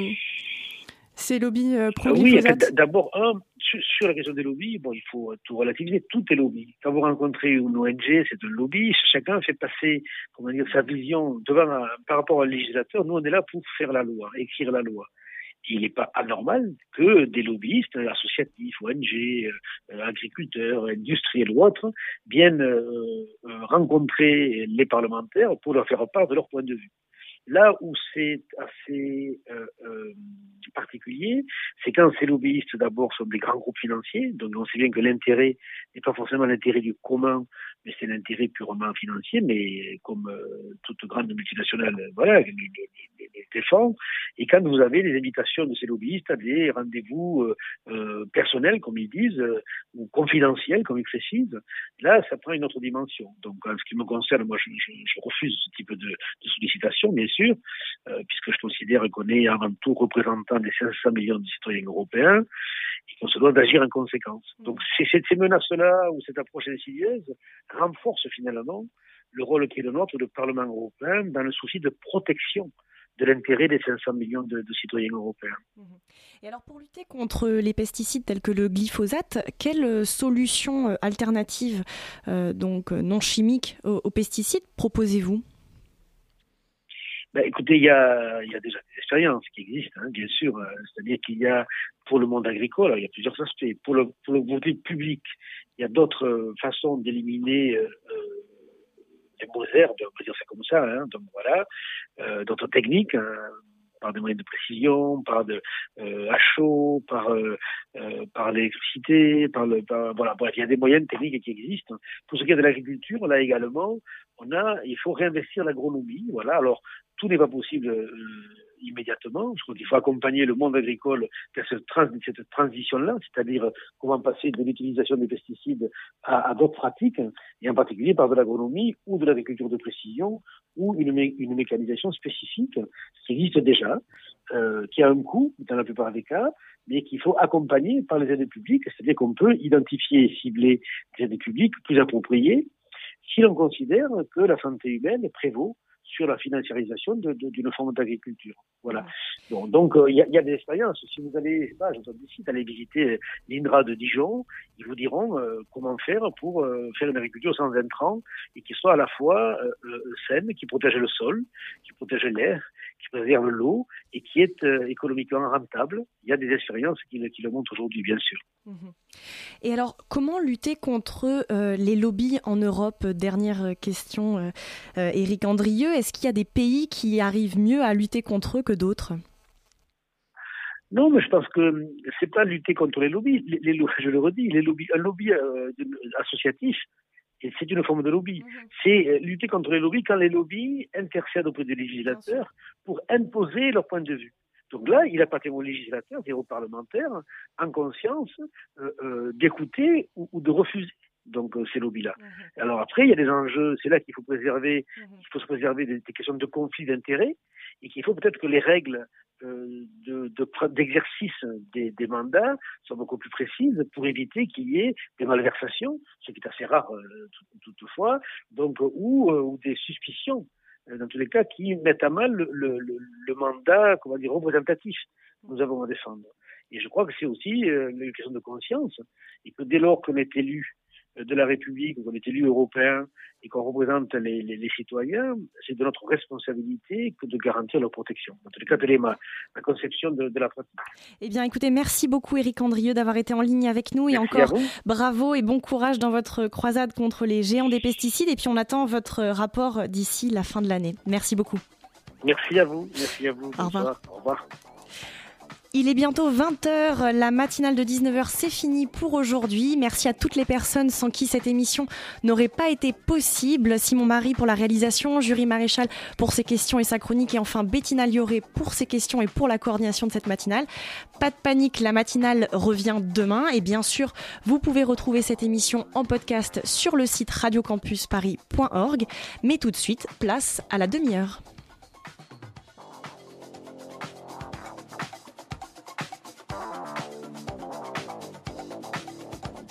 ces lobbies euh, pro-glyphosate ? Oui, d'abord, un, sur la question des lobbies, bon, il faut tout relativiser, tout est lobby. Quand vous rencontrez une O N G, c'est un lobby, chacun fait passer, comment dire, sa vision devant un, par rapport au législateur. Nous, on est là pour faire la loi, écrire la loi. Et il n'est pas anormal que des lobbyistes associatifs, O N G, euh, agriculteurs, industriels ou autres, viennent euh, rencontrer les parlementaires pour leur faire part de leur point de vue. Là où c'est assez euh, euh, particulier, c'est quand ces lobbyistes d'abord sont des grands groupes financiers, donc on sait bien que l'intérêt n'est pas forcément l'intérêt du commun, mais c'est l'intérêt purement financier, mais comme euh, toute grande multinationale, voilà, les, les, les, les défend. Et quand vous avez des invitations de ces lobbyistes à des rendez-vous euh, euh, personnels, comme ils disent, euh, ou confidentiels, comme ils précisent, là, ça prend une autre dimension. Donc, en ce qui me concerne, moi, je, je, je refuse ce type de, de sollicitation, bien sûr, euh, puisque je considère qu'on est avant tout représentant des cinq cents millions de citoyens européens et qu'on se doit d'agir en conséquence. Donc, c'est, c'est, ces menaces-là ou cette approche insidieuse renforce finalement le rôle qui est le nôtre, le Parlement européen, dans le souci de protection de l'intérêt des cinq cents millions de, de citoyens européens. Et alors, pour lutter contre les pesticides tels que le glyphosate, quelle solution alternative, euh, donc non chimique, aux, aux pesticides proposez-vous ? Ben, écoutez, il y a, il y a déjà des expériences qui existent, hein, bien sûr. C'est-à-dire qu'il y a, pour le monde agricole, il y a plusieurs aspects. Pour le, pour le côté public, il y a d'autres façons d'éliminer euh, les mauvaises herbes, on peut dire ça comme ça. Hein, donc voilà, euh, d'autres techniques, hein, par des moyens de précision, par de euh, à chaud, par euh, euh, par l'électricité, par le, par, voilà, bref, il y a des moyens techniques qui existent. Pour ce qui est de l'agriculture, là également, on a, il faut réinvestir l'agronomie. Voilà, alors tout n'est pas possible euh, immédiatement. Je crois qu'il faut accompagner le monde agricole vers cette, trans- cette transition-là, c'est-à-dire comment passer de l'utilisation des pesticides à, à d'autres pratiques, et en particulier par de l'agronomie ou de l'agriculture de précision ou une, mé- une mécanisation spécifique qui existe déjà, euh, qui a un coût dans la plupart des cas, mais qu'il faut accompagner par les aides publiques, c'est-à-dire qu'on peut identifier et cibler des aides publiques plus appropriées si l'on considère que la santé humaine prévaut sur la financiarisation de, de, d'une forme d'agriculture. Voilà. Donc, donc il y, a, y a des expériences. Si vous allez, pas, je vous décide d'aller visiter l'INRA de Dijon, ils vous diront euh, comment faire pour euh, faire une agriculture sans intrants et qui soit à la fois euh, saine, qui protège le sol, qui protège l'air, qui préserve l'eau et qui est euh, économiquement rentable. Il y a des expériences qui, qui le montrent aujourd'hui, bien sûr. Et alors, comment lutter contre euh, les lobbies en Europe ? Dernière question, euh, euh, Éric Andrieux. Est-ce qu'il y a des pays qui arrivent mieux à lutter contre eux que d'autres ? Non, mais je pense que c'est pas lutter contre les lobbies. Les, les, je le redis, les lobbies, un lobby euh, associatif, et c'est une forme de lobby. Mm-hmm. C'est lutter contre les lobbies quand les lobbies intercèdent auprès des législateurs pour imposer leur point de vue. Donc là, il appartient aux législateurs et aux parlementaires, en conscience, euh, euh, d'écouter ou, ou de refuser donc euh, ces lobbies-là. Mmh. Alors après, il y a des enjeux, c'est là qu'il faut préserver, mmh. il faut se préserver des, des questions de conflit d'intérêts et qu'il faut peut-être que les règles euh, de, de, d'exercice des, des mandats soient beaucoup plus précises pour éviter qu'il y ait des malversations, ce qui est assez rare euh, toutefois, donc ou, euh, ou des suspicions. Dans tous les cas, qui mettent à mal le, le, le, le mandat, comment dire, représentatif que nous avons à défendre. Et je crois que c'est aussi euh, une question de conscience, et que dès lors qu'on est élu de la République, qu'on est élu européen, et qu'on représente les, les, les citoyens, c'est de notre responsabilité que de garantir leur protection. Dans tous les cas, telle est ma, ma conception de, de la pratique. Eh bien, écoutez, merci beaucoup Éric Andrieux d'avoir été en ligne avec nous, et merci encore bravo et bon courage dans votre croisade contre les géants des pesticides, et puis on attend votre rapport d'ici la fin de l'année. Merci beaucoup. Merci à vous, merci à vous. Au revoir. Au revoir. Il est bientôt vingt heures, la matinale de dix-neuf heures, c'est fini pour aujourd'hui. Merci à toutes les personnes sans qui cette émission n'aurait pas été possible. Simon Marie pour la réalisation, Jury Maréchal pour ses questions et sa chronique, et enfin Bettina Lioré pour ses questions et pour la coordination de cette matinale. Pas de panique, la matinale revient demain, et bien sûr, vous pouvez retrouver cette émission en podcast sur le site radio campus paris point org. Mais tout de suite, place à la demi-heure.